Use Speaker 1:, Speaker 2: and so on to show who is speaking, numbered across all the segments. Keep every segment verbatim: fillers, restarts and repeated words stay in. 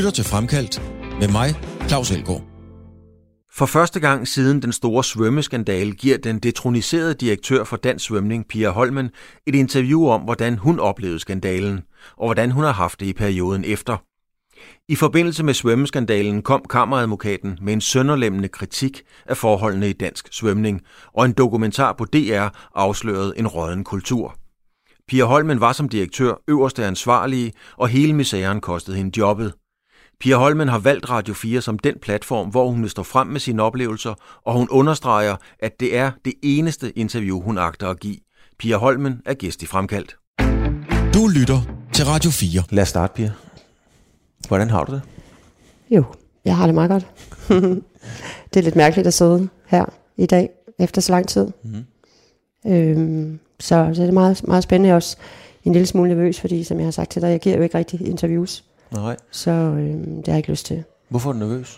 Speaker 1: lytter til Fremkaldt med mig, Claus Elgaard.
Speaker 2: For første gang siden den store svømmeskandale giver den detroniserede direktør for Dansk Svømning, Pia Holmen, et interview om, hvordan hun oplevede skandalen, og hvordan hun har haft det i perioden efter. I forbindelse med svømmeskandalen kom kammeradvokaten med en sønderlemmende kritik af forholdene i dansk svømning, og en dokumentar på D R afslørede en rådden kultur. Pia Holmen var som direktør øverste ansvarlige, og hele misæren kostede hende jobbet. Pia Holmen har valgt Radio fire som den platform, hvor hun vil stå frem med sine oplevelser, og hun understreger, at det er det eneste interview, hun agter at give. Pia Holmen er gæst i Fremkaldt.
Speaker 1: Du lytter til Radio fire.
Speaker 2: Lad os starte, Pia. Hvordan har du det?
Speaker 3: Jo, jeg har det meget godt. Det er lidt mærkeligt at sidde her i dag, efter så lang tid. Mm. Øhm, så det er meget, meget spændende også. En lille smule nervøs, fordi som jeg har sagt til dig, jeg giver jo ikke rigtig interviews. Nej. Så øhm, det har jeg ikke lyst til.
Speaker 2: Hvorfor er du nervøs?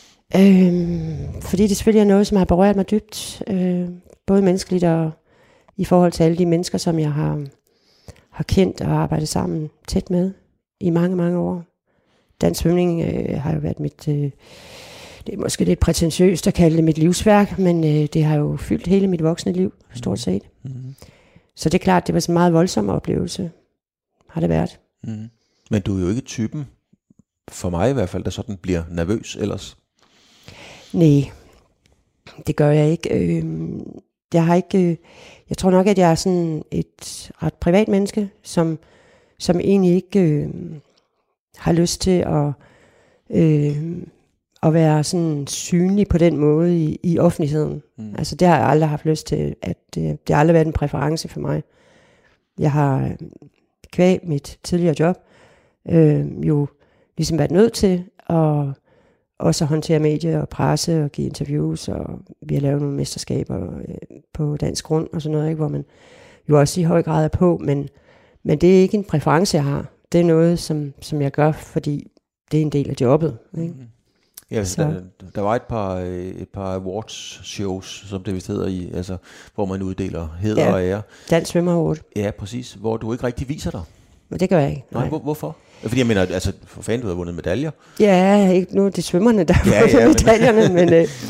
Speaker 3: Øhm, fordi det selvfølgelig er noget, som har berørt mig dybt. Øh, både menneskeligt og i forhold til alle de mennesker, som jeg har, har kendt og arbejdet sammen tæt med i mange, mange år. Dansk svømning øh, har jo været mit, øh, det er måske lidt prætentiøst at kalde det mit livsværk, men øh, det har jo fyldt hele mit voksne liv, stort set. Mm-hmm. Så det er klart, det var sådan en meget voldsom oplevelse, har det været.
Speaker 2: Mm. Men du er jo ikke typen, for mig i hvert fald, der sådan bliver nervøs ellers.
Speaker 3: Nej, det gør jeg ikke. Øh, jeg har ikke, øh, jeg tror nok, at jeg er sådan et ret privat menneske, som, som egentlig ikke øh, har lyst til at, øh, at være sådan synlig på den måde i, i offentligheden. Mm. Altså det har jeg aldrig haft lyst til, at øh, det har aldrig været en præference for mig. Jeg har kvæg mit tidligere job, Øh, jo ligesom været nødt til at også håndtere medier og presse og give interviews, og vi har lavet nogle mesterskaber øh, på dansk grund og sådan noget, ikke, hvor man jo også i høj grad er på, men, men det er ikke en præference, jeg har. Det er noget, som, som jeg gør, fordi det er en del af jobbet. Ikke? Mm.
Speaker 2: Ja, der, der var et par, et par awards shows, som det vist hedder, i, altså, hvor man uddeler hæder ja, og ære.
Speaker 3: Dansk Svømmer Award.
Speaker 2: Ja, præcis. Hvor du ikke rigtig viser dig.
Speaker 3: Men det gør jeg ikke.
Speaker 2: Nej, Nej hvor, hvorfor? Fordi jeg mener, altså for fanden, du har vundet medaljer.
Speaker 3: Ja, ikke nu er det svømmerne, der har ja, vundet ja, medaljerne, men,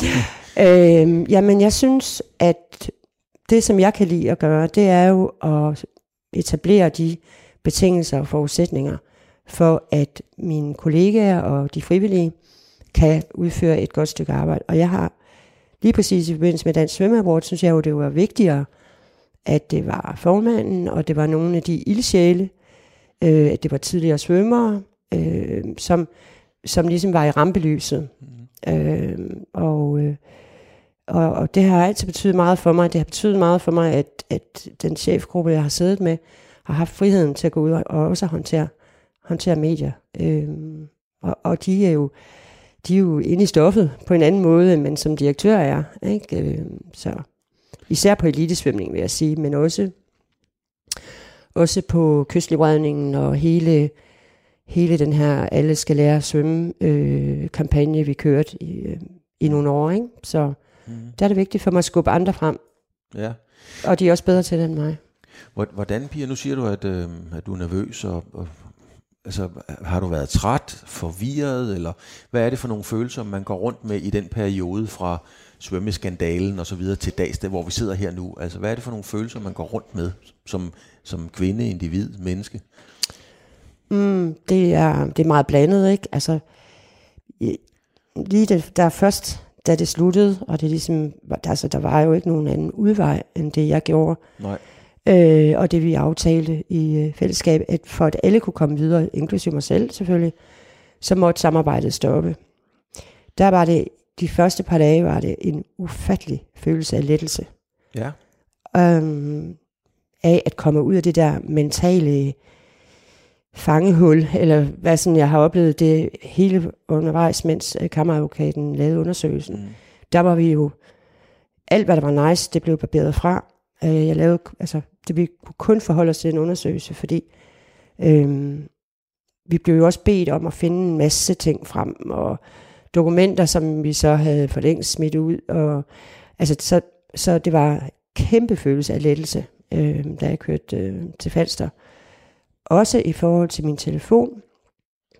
Speaker 3: øh, øh, jamen jeg synes, at det, som jeg kan lide at gøre, det er jo at etablere de betingelser og forudsætninger for, at mine kollegaer og de frivillige kan udføre et godt stykke arbejde. Og jeg har lige præcis i forbindelse med Dansk Svømme Award, synes jeg jo, det var vigtigere, at det var formanden, og det var nogle af de ildsjæle, øh, at det var tidligere svømmere, øh, som, som ligesom var i rampelyset. Mm. Øh, og, øh, og, og det har altid betydet meget for mig. Det har betydet meget for mig, at, at den chefgruppe, jeg har siddet med, har haft friheden til at gå ud og også håndtere, håndtere medier. Øh, og, og de er jo de er jo inde i stoffet på en anden måde, men som direktør er. Ikke? Øh, så især på elitesvømning, vil jeg sige, men også, også på kystlivredningen og hele, hele den her alle skal lære at svømme øh, kampagne, vi kørte i, øh, i nogle år. Ikke? Så mm. der er det vigtigt for mig at skubbe andre frem. Ja. Og de er også bedre til det end mig.
Speaker 2: Hvordan, Pia, nu siger du, at, øh, at du er nervøs, og, og altså, har du været træt, forvirret, eller hvad er det for nogle følelser, man går rundt med i den periode fra svømmeskandalen og så videre til dags, der hvor vi sidder her nu? Altså, hvad er det for nogle følelser, man går rundt med som, som kvinde, individ, menneske?
Speaker 3: Mm, det, er, det er meget blandet, ikke? Altså, lige det, der først, da det sluttede, og det ligesom, altså, der var jo ikke nogen anden udvej, end det jeg gjorde. Nej. Øh, og det vi aftalte i øh, fællesskab, at for at alle kunne komme videre, inklusive mig selv selvfølgelig, så måtte samarbejdet stoppe. Der var det, de første par dage var det en ufattelig følelse af lettelse. Ja. Øhm, af at komme ud af det der mentale fangehul, eller hvad sådan jeg har oplevet det hele undervejs, mens øh, kammeradvokaten lavede undersøgelsen. Mm. Der var vi jo, alt hvad der var nice, det blev barberet fra. Jeg lavede, altså, det vi kunne kun forholde os til en undersøgelse, fordi øhm, vi blev jo også bedt om at finde en masse ting frem, og dokumenter, som vi så havde for længst smidt ud, og altså, så, så det var en kæmpe følelse af lettelse, øh, da jeg kørte øh, til Falster. Også i forhold til min telefon,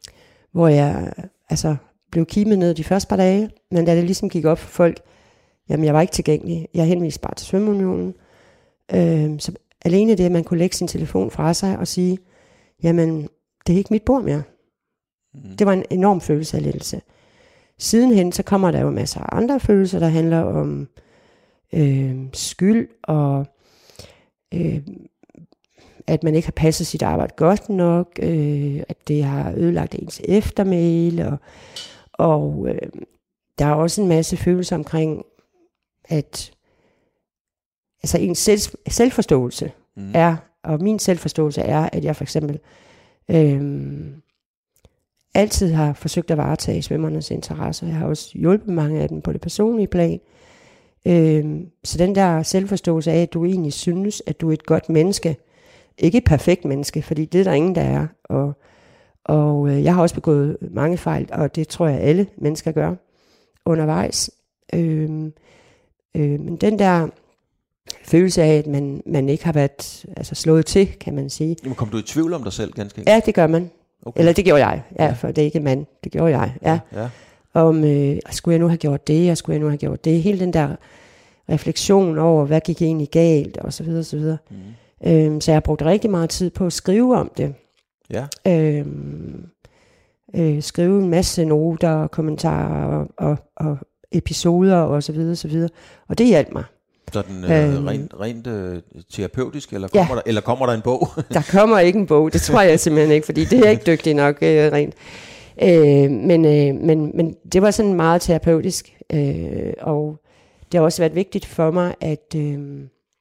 Speaker 3: hvor jeg altså blev kimet ned de første par dage, men da det ligesom gik op for folk, jamen jeg var ikke tilgængelig. Jeg henviste bare til svømmeunionen. Øh, så alene det, at man kunne lægge sin telefon fra sig og sige, jamen det er ikke mit bord mere. Mm. Det var en enorm følelse af lettelse. Sidenhen så kommer der jo masser af andre følelser, der handler om øh, skyld og øh, at man ikke har passet sit arbejde godt nok, øh, at det har ødelagt ens eftermæle, og, og øh, der er også en masse følelser omkring, at altså ens selv, selvforståelse mm. er, og min selvforståelse er, at jeg for eksempel øh, altid har forsøgt at varetage svømmernes interesser. Jeg har også hjulpet mange af dem på det personlige plan. Øh, så den der selvforståelse af, at du egentlig synes, at du er et godt menneske, ikke et perfekt menneske, fordi det er der ingen, der er. Og, og øh, jeg har også begået mange fejl, og det tror jeg, alle mennesker gør undervejs. Øh, øh, men den der følelse af, at man, man ikke har været altså slået til, kan man sige.
Speaker 2: Jamen, kom du i tvivl om dig selv ganske enkelt?
Speaker 3: Ja, det gør man. Okay. Eller det gjorde jeg, ja,
Speaker 2: ja.
Speaker 3: For det er ikke en mand, det gjorde jeg. Ja.
Speaker 2: Ja, ja.
Speaker 3: Om, øh, skulle jeg nu have gjort det, og skulle jeg nu have gjort det. Hele den der refleksion over, hvad gik egentlig galt, og så videre, og så videre. Mm. Øhm, så jeg har brugt rigtig meget tid på at skrive om det.
Speaker 2: Ja.
Speaker 3: Øhm, øh, skrive en masse noter, kommentarer og, og, og episoder og så videre, så videre. Og det hjalp mig.
Speaker 2: Sådan øh, øhm, rent, rent øh, terapeutisk, eller kommer, ja. der, eller kommer der en bog?
Speaker 3: Der kommer ikke en bog, det tror jeg simpelthen ikke, fordi det er jeg ikke dygtig nok øh, rent. Øh, men, øh, men, men det var sådan meget terapeutisk, øh, og det har også været vigtigt for mig, at øh,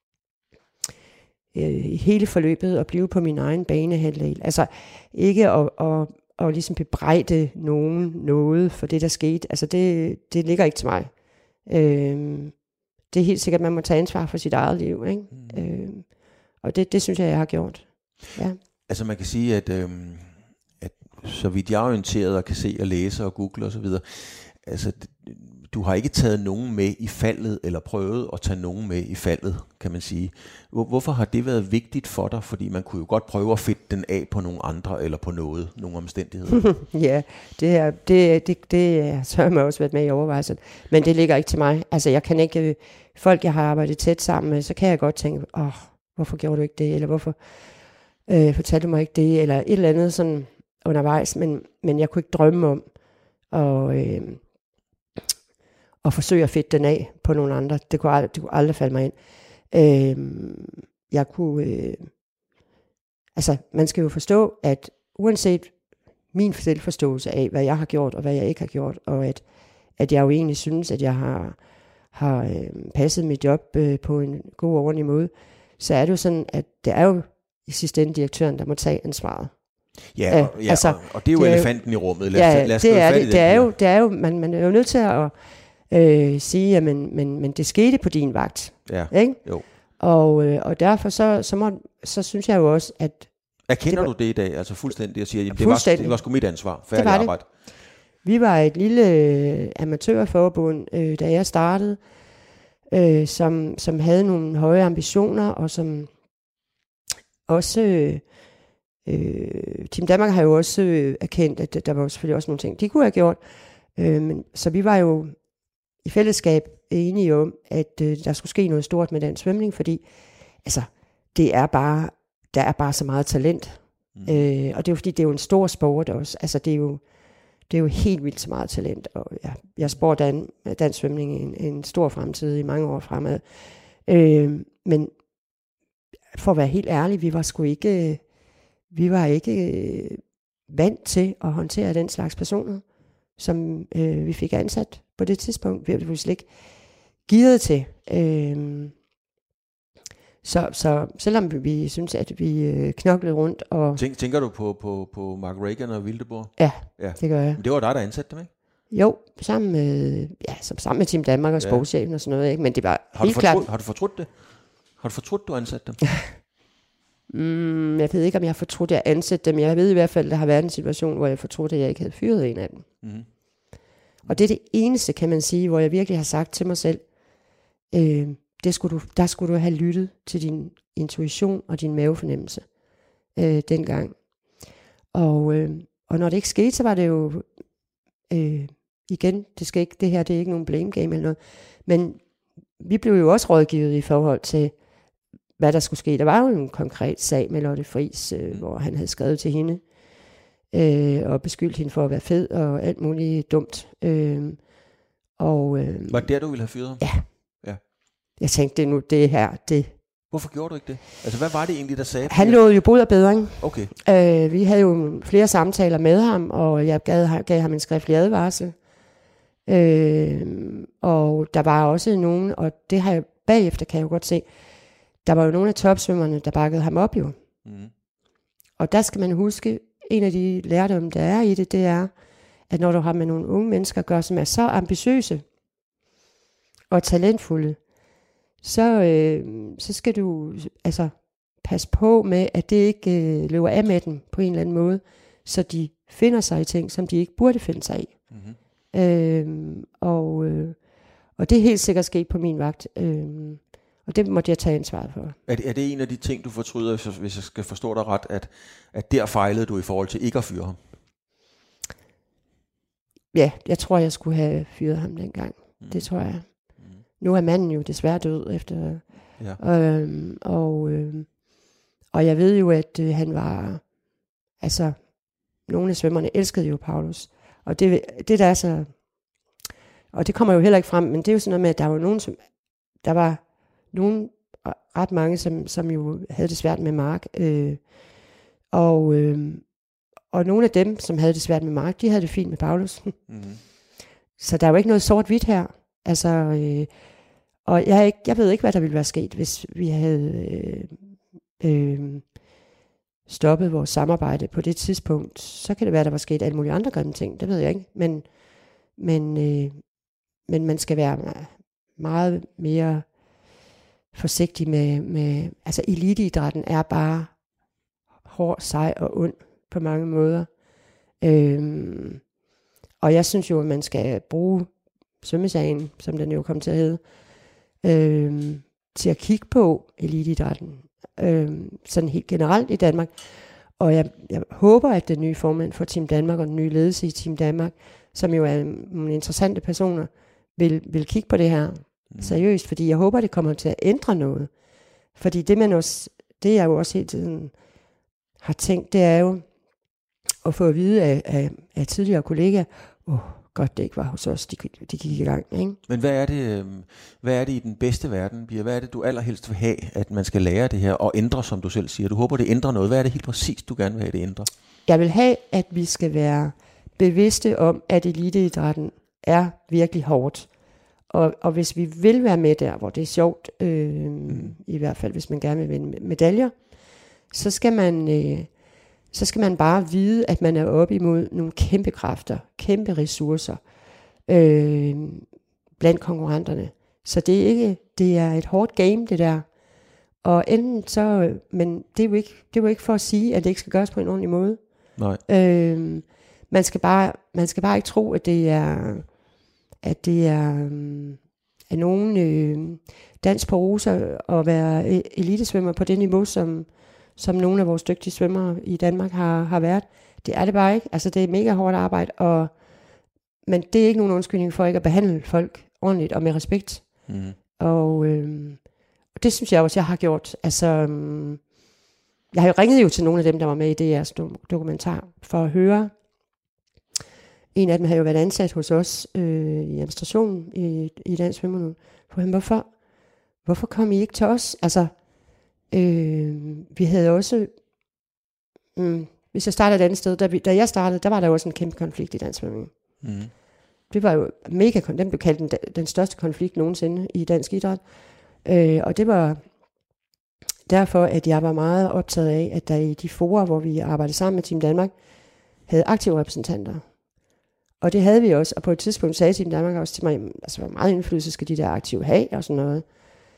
Speaker 3: øh, i hele forløbet at blive på min egen banehalvdel. Altså ikke at, at, at ligesom bebrejde nogen noget for det, der skete. Altså det, det ligger ikke til mig. Øh, det er helt sikkert, at man må tage ansvar for sit eget liv. Ikke? Mm. Øh, og det, det synes jeg, jeg har gjort. Ja.
Speaker 2: Altså man kan sige, at, øh, at så vidt jeg er orienteret og kan se og læse og google og så videre, altså du har ikke taget nogen med i faldet, eller prøvet at tage nogen med i faldet, kan man sige. Hvorfor har det været vigtigt for dig? Fordi man kunne jo godt prøve at fedte den af på nogle andre, eller på noget, nogle omstændigheder.
Speaker 3: Ja, det er det, det, det så har man også været med i overvejelsen. Men det ligger ikke til mig. Altså jeg kan ikke, folk jeg har arbejdet tæt sammen med, så kan jeg godt tænke, åh, hvorfor gjorde du ikke det? Eller hvorfor øh, fortalte du mig ikke det? Eller et eller andet sådan undervejs. Men, men jeg kunne ikke drømme om at... Øh, og forsøge at fedte den af på nogle andre. Det kunne aldrig, det kunne aldrig falde mig ind. Øh, jeg kunne... Øh, altså, man skal jo forstå, at uanset min selvforståelse af, hvad jeg har gjort, og hvad jeg ikke har gjort, og at, at jeg jo egentlig synes, at jeg har, har øh, passet mit job øh, på en god og ordentlig måde, så er det jo sådan, at det er jo i sidste ende direktøren, der må tage ansvaret.
Speaker 2: Ja, og, ja altså, og, og det er jo det elefanten er, i rummet. Lad os,
Speaker 3: ja,
Speaker 2: lad os
Speaker 3: det er det. Det er,
Speaker 2: jo,
Speaker 3: jo, det er jo, man, man er jo nødt til at øh, sige, at men, men, men det skete på din vagt.
Speaker 2: Ja,
Speaker 3: ikke?
Speaker 2: Jo.
Speaker 3: Og, øh, og derfor så, så, må, så synes jeg jo også, at...
Speaker 2: Erkender det var, du det i dag, altså fuldstændig, og siger, at det, var, det var sgu mit ansvar, færdig arbejde?
Speaker 3: Vi var et lille øh, amatørforbund, øh, da jeg startede, øh, som, som havde nogle høje ambitioner, og som også... Øh, Øh, Team Danmark har jo også øh, erkendt, at der var selvfølgelig også nogle ting, de kunne have gjort. Øh, men, så vi var jo i fællesskab enige om, at øh, der skulle ske noget stort med den svømning, fordi altså, det er bare, der er bare så meget talent. Mm. Øh, og det er jo fordi, det er jo en stor sport også. Altså, det er jo, det er jo helt vildt så meget talent. Og ja, jeg spår dan, dansk svømning en, en stor fremtid i mange år fremad. Øh, men for at være helt ærlig, vi var sgu ikke... Vi var ikke øh, vant til at håndtere den slags personer, som øh, vi fik ansat på det tidspunkt. Vi var slet ikke givet til. Øh, så, så selvom vi, vi synes, at vi øh, knoklede rundt. Og
Speaker 2: Tænk, tænker du på, på, på Mark Reagan og Wildeborg?
Speaker 3: Ja, ja, det gør jeg.
Speaker 2: Men det var dig, der ansatte dem, ikke?
Speaker 3: Jo, sammen med, ja, sammen med Team Danmark og sportschefen og sådan noget. Ikke? Men det var
Speaker 2: har
Speaker 3: helt
Speaker 2: du fortrudt,
Speaker 3: klart...
Speaker 2: Har du fortrudt det? Har du fortrudt, du ansatte dem?
Speaker 3: Mm, jeg ved ikke, om jeg har fortrudt, at jeg ansætte dem. Jeg ved i hvert fald, at der har været en situation, hvor jeg fortrudt, at jeg ikke havde fyret en af dem. Mm-hmm. Og det er det eneste, kan man sige, hvor jeg virkelig har sagt til mig selv, øh, det skulle du, der skulle du have lyttet til din intuition og din mavefornemmelse øh, dengang. Og, øh, og når det ikke skete, så var det jo, øh, igen, det, skal ikke, det her det er ikke nogen blame game eller noget, men vi blev jo også rådgivet i forhold til, hvad der skulle ske. Der var jo en konkret sag med Lotte Friis, øh, hvor han havde skrevet til hende, øh, og beskyldt hende for at være fed, og alt muligt dumt. Øh, og, øh,
Speaker 2: var det der, du ville have fyret ham?
Speaker 3: Ja.
Speaker 2: ja.
Speaker 3: Jeg tænkte, det nu, det her, det...
Speaker 2: Hvorfor gjorde du ikke det? Altså, hvad var det egentlig, der sagde?
Speaker 3: Han lovede jo bod og bedring.
Speaker 2: Okay.
Speaker 3: Øh, vi havde jo flere samtaler med ham, og jeg gav, gav ham en skriftlig advarsel. Øh, og der var også nogen, og det har jeg bagefter, kan jeg jo godt se, der var jo nogle af topsvømmerne, der bakkede ham op jo. Mm. Og der skal man huske, en af de lærdomme, der er i det, det er, at når du har med nogle unge mennesker at gøre, som er så ambitiøse og talentfulde, så, øh, så skal du altså passe på med, at det ikke øh, løber af med dem på en eller anden måde, så de finder sig i ting, som de ikke burde finde sig i. Mm-hmm. Øh, og, øh, og det er helt sikkert sket på min vagt. Øh, Og det måtte jeg tage ansvaret for.
Speaker 2: Er det, er det en af de ting, du fortryder, hvis jeg skal forstå dig ret, at, at der fejlede du i forhold til ikke at fyre ham?
Speaker 3: Ja, jeg tror, jeg skulle have fyret ham dengang. Mm. Det tror jeg. Mm. Nu er manden jo desværre død efter. Ja. Øhm, og, øhm, og jeg ved jo, at øh, han var... Altså, nogle af svømmerne elskede jo Paulus. Og det, det der er så... Og det kommer jo heller ikke frem, men det er jo sådan noget med, at der var nogen, som... Der var... Nogle, ret mange, som, som jo havde det svært med Mark. Øh, og, øh, og nogle af dem, som havde det svært med Mark, de havde det fint med Paulus. Mm-hmm. Så der er jo ikke noget sort-hvidt her. Altså, øh, og jeg, ikke, jeg ved ikke, hvad der ville være sket, hvis vi havde øh, øh, stoppet vores samarbejde på det tidspunkt. Så kan det være, at der var sket alle mulige andre grimme ting. Det ved jeg ikke. Men, men, øh, men man skal være meget mere... forsigtig med, med, altså eliteidrætten er bare hård, sej og ond på mange måder. Øhm, og jeg synes jo, at man skal bruge svømmesagen, som den jo kom til at hedde, øhm, til at kigge på eliteidrætten, øhm, sådan helt generelt i Danmark. Og jeg, jeg håber, at den nye formand for Team Danmark og den nye ledelse i Team Danmark, som jo er nogle interessante personer, vil, vil kigge på det her seriøst, fordi jeg håber, det kommer til at ændre noget. Fordi det, man også, det jeg jo også hele tiden har tænkt, det er jo at få at vide af, af, af tidligere kollegaer, åh, oh, godt det ikke var hos os, de, de gik i gang. Ikke?
Speaker 2: Men hvad er, det, hvad er det i den bedste verden, Pia? Hvad er det, du allerhelst vil have, at man skal lære det her og ændre, som du selv siger? Du håber, det ændrer noget. Hvad er det helt præcis, du gerne vil have, det ændrer?
Speaker 3: Jeg vil have, at vi skal være bevidste om, at eliteidrætten er virkelig hårdt. Og, og hvis vi vil være med der, hvor det er sjovt, øh, mm. i hvert fald hvis man gerne vil vinde medaljer, så skal man, øh, så skal man bare vide, at man er oppe imod nogle kæmpe kræfter, kæmpe ressourcer øh, blandt konkurrenterne. Så det er ikke, det er et hårdt game, det der. Og enten så, men det er jo ikke, det er jo ikke for at sige, at det ikke skal gøres på en ordentlig måde.
Speaker 2: Nej.
Speaker 3: Øh, man skal bare, man skal bare ikke tro, at det er at det er, øh, er nogen øh, dans på roser at være elitesvømmer på det niveau, som, som nogle af vores dygtige svømmere i Danmark har, har været. Det er det bare ikke. Altså det er mega hårdt arbejde, og, men det er ikke nogen undskyldning for ikke at behandle folk ordentligt og med respekt. Mm. Og, øh, og det synes jeg også, jeg har gjort. Altså, øh, jeg har jo ringet jo til nogle af dem, der var med i D R's dokumentar, for at høre. En af dem har jo været ansat hos os øh, i administrationen i, i Dansk Svømmeunion. For han, hvorfor, hvorfor kom I ikke til os? Altså, øh, vi havde også, øh, hvis jeg startede et andet sted, da, vi, da jeg startede, der var der også en kæmpe konflikt i Dansk Svømmeunion. Mm. Det var jo mega, den blev kaldt den, den største konflikt nogensinde i dansk idræt. Øh, og det var derfor, at jeg var meget optaget af, at der i de forer, hvor vi arbejdede sammen med Team Danmark, havde aktive repræsentanter. Og det havde vi også, og på et tidspunkt sagde Team Danmark også til mig, altså hvor meget indflydelse skal de der aktive have, og sådan noget.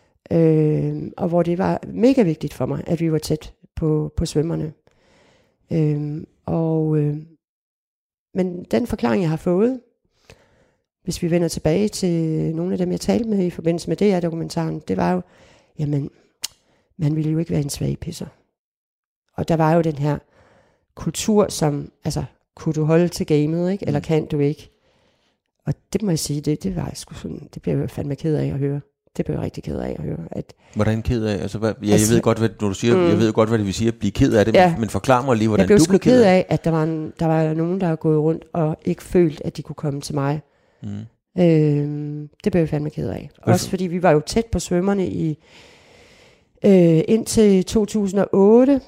Speaker 3: Øh, og hvor det var mega vigtigt for mig, at vi var tæt på, på svømmerne. Øh, og, øh, men den forklaring, jeg har fået, hvis vi vender tilbage til nogle af dem, jeg talte med i forbindelse med D R-dokumentaren, det var jo, jamen, man ville jo ikke være en svag pisser. Og der var jo den her kultur, som, altså kunne du holde til gamet, ikke? Eller kan du ikke? Og det må jeg sige, det, det var jeg sgu sådan, det bliver jeg fandme ked af at høre. Det bliver jeg rigtig ked af at høre. At,
Speaker 2: Hvordan ked af? Altså, hvad, ja, altså, jeg ved godt, hvad, når du siger, mm, jeg ved godt, hvad det vil sige at blive ked af det,
Speaker 3: ja,
Speaker 2: men, men forklar mig lige, hvordan
Speaker 3: du blev
Speaker 2: blev ked af.
Speaker 3: af, at der var, en, der var nogen, der var gået rundt og ikke følt, at de kunne komme til mig. Mm. Øhm, det blev jeg fandme ked af. Hvorfor? Også fordi vi var jo tæt på svømmerne i øh, indtil to tusind og otte.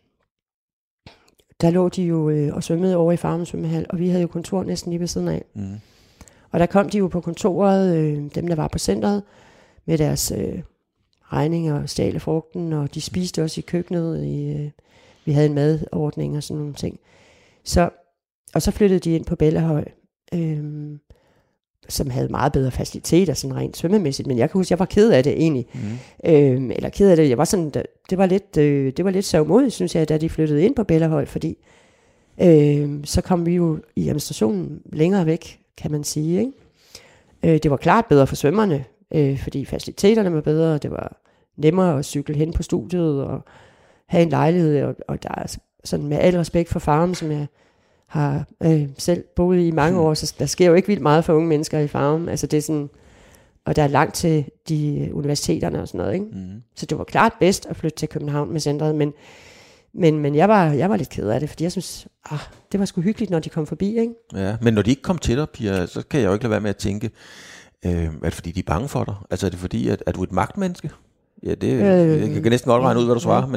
Speaker 3: Der lå de jo øh, og svømmede over i Farum svømmehal, og vi havde jo kontor næsten lige ved siden af. Mm. Og der kom de jo på kontoret, øh, dem der var på centret, med deres øh, regninger og stjal af frugten, og de spiste også i køkkenet. I, øh, vi havde en madordning og sådan nogle ting. Så, og så flyttede de ind på Bellahøj, øh, som havde meget bedre faciliteter, sådan rent svømmemæssigt. Men jeg kan huske, jeg var ked af det egentlig. Mm. Øh, eller ked af det. Jeg var sådan, det var lidt, øh, det var lidt sørgmodigt, synes jeg, da de flyttede ind på Bellahøj, fordi øh, så kom vi jo i administrationen længere væk, kan man sige. Ikke? Øh, det var klart bedre for svømmerne, øh, fordi faciliteterne var bedre, det var nemmere at cykle hen på studiet og have en lejlighed, og, og der er sådan med al respekt for Farum, som jeg har øh, selv boet i mange år, så der sker jo ikke vildt meget for unge mennesker i Farum. Altså det er sådan, og der er langt til de universiteterne og sådan noget, ikke? Mm. Så det var klart bedst at flytte til København med centret, men men men jeg var jeg var lidt ked af det, fordi jeg synes, ah, det var sgu hyggeligt, når de kom forbi, ikke? Ja,
Speaker 2: men når de ikke kom til dig, Pia, så kan jeg jo ikke lade være med at tænke, øh, er det fordi de er bange for dig? Altså er det fordi at, at du er et magtmenneske? Ja, det, øh, jeg kan næsten godt regne ud, hvad du svarer, ja. men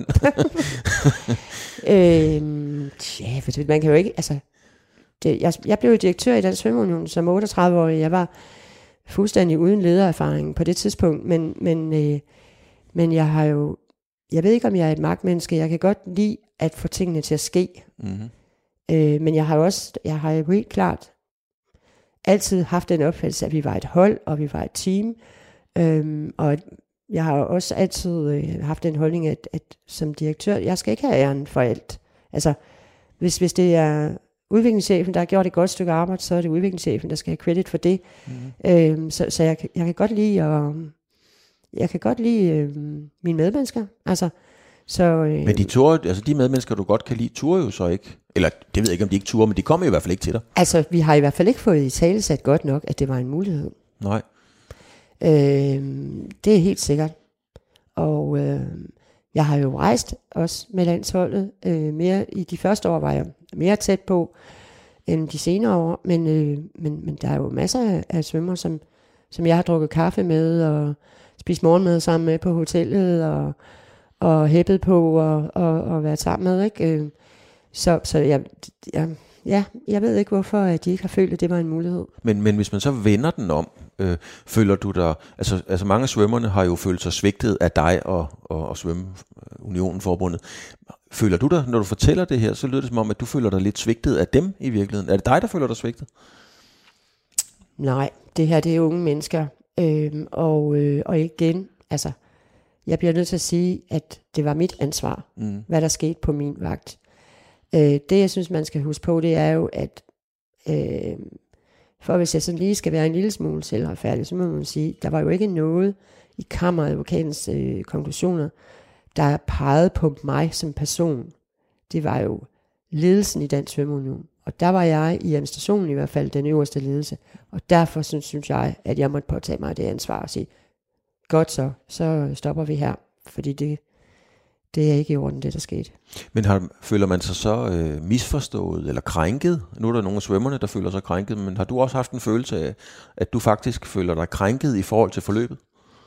Speaker 3: øhm, ja, man kan jo ikke, altså, det, jeg, jeg blev jo direktør i Dansk Svømmeunion som otteogtredive-årig. Jeg var fuldstændig uden ledererfaring på det tidspunkt, men, men, øh, men jeg har jo, jeg ved ikke, om jeg er et magtmenneske. Jeg kan godt lide at få tingene til at ske. Mm-hmm. Øh, men jeg har også, jeg har jo helt klart altid haft den opfattelse, at vi var et hold, og vi var et team. Øhm, og jeg har også altid øh, haft den holdning, at, at som direktør, jeg skal ikke have æren for alt. Altså, hvis, hvis det er udviklingschefen, der har gjort et godt stykke arbejde, så er det udviklingschefen, der skal have credit for det. Mm. Øhm, så så jeg, jeg kan godt lide at, jeg kan godt lide øh, mine medmennesker. Altså, så, øh,
Speaker 2: men de tur, altså de medmennesker, du godt kan lide, turer jo så ikke. Eller det ved jeg ikke, om de ikke turer, men de kommer i hvert fald ikke til dig.
Speaker 3: Altså, vi har i hvert fald ikke fået i tale sat godt nok, at det var en mulighed.
Speaker 2: Nej.
Speaker 3: Øh, det er helt sikkert. Og øh, jeg har jo rejst også med landsholdet. Øh, mere, I de første år var jeg mere tæt på end de senere år. Men, øh, men, men der er jo masser af, af svømmer, som, som jeg har drukket kaffe med og spist morgenmad sammen med på hotellet og, og hæppet på og, og, og været sammen med. Ikke? Øh, så så jeg, jeg, ja, jeg ved ikke, hvorfor at de ikke har følt, at det var en mulighed.
Speaker 2: Men, men hvis man så vender den om, øh, føler du dig, altså, altså mange af svømmerne har jo følt sig svigtet af dig og, og, og Svømmeunionen forbundet. Føler du dig, når du fortæller det her, så lyder det som om, at du føler dig lidt svigtet af dem i virkeligheden. Er det dig, der føler dig svigtet?
Speaker 3: Nej, det her det er unge mennesker. Øh, og, øh, og igen, altså, jeg bliver nødt til at sige, at det var mit ansvar, mm. hvad der skete på min vagt. Øh, det jeg synes man skal huske på, det er jo at øh, for hvis jeg sådan lige skal være en lille smule selvretfærdig, så må man sige, der var jo ikke noget i kammeradvokatens øh, konklusioner, der pegede på mig som person. Det var jo ledelsen i Dansk Svømmeunion, og der var jeg i administrationen i hvert fald den øverste ledelse, og derfor synes, synes jeg, at jeg måtte påtage mig det ansvar og sige, godt så, så stopper vi her, fordi det Det er ikke i orden, det der skete.
Speaker 2: Men har, føler man sig så øh, misforstået eller krænket? Nu er der nogle af svømmerne, der føler sig krænket, men har du også haft en følelse af, at du faktisk føler dig krænket i forhold til forløbet?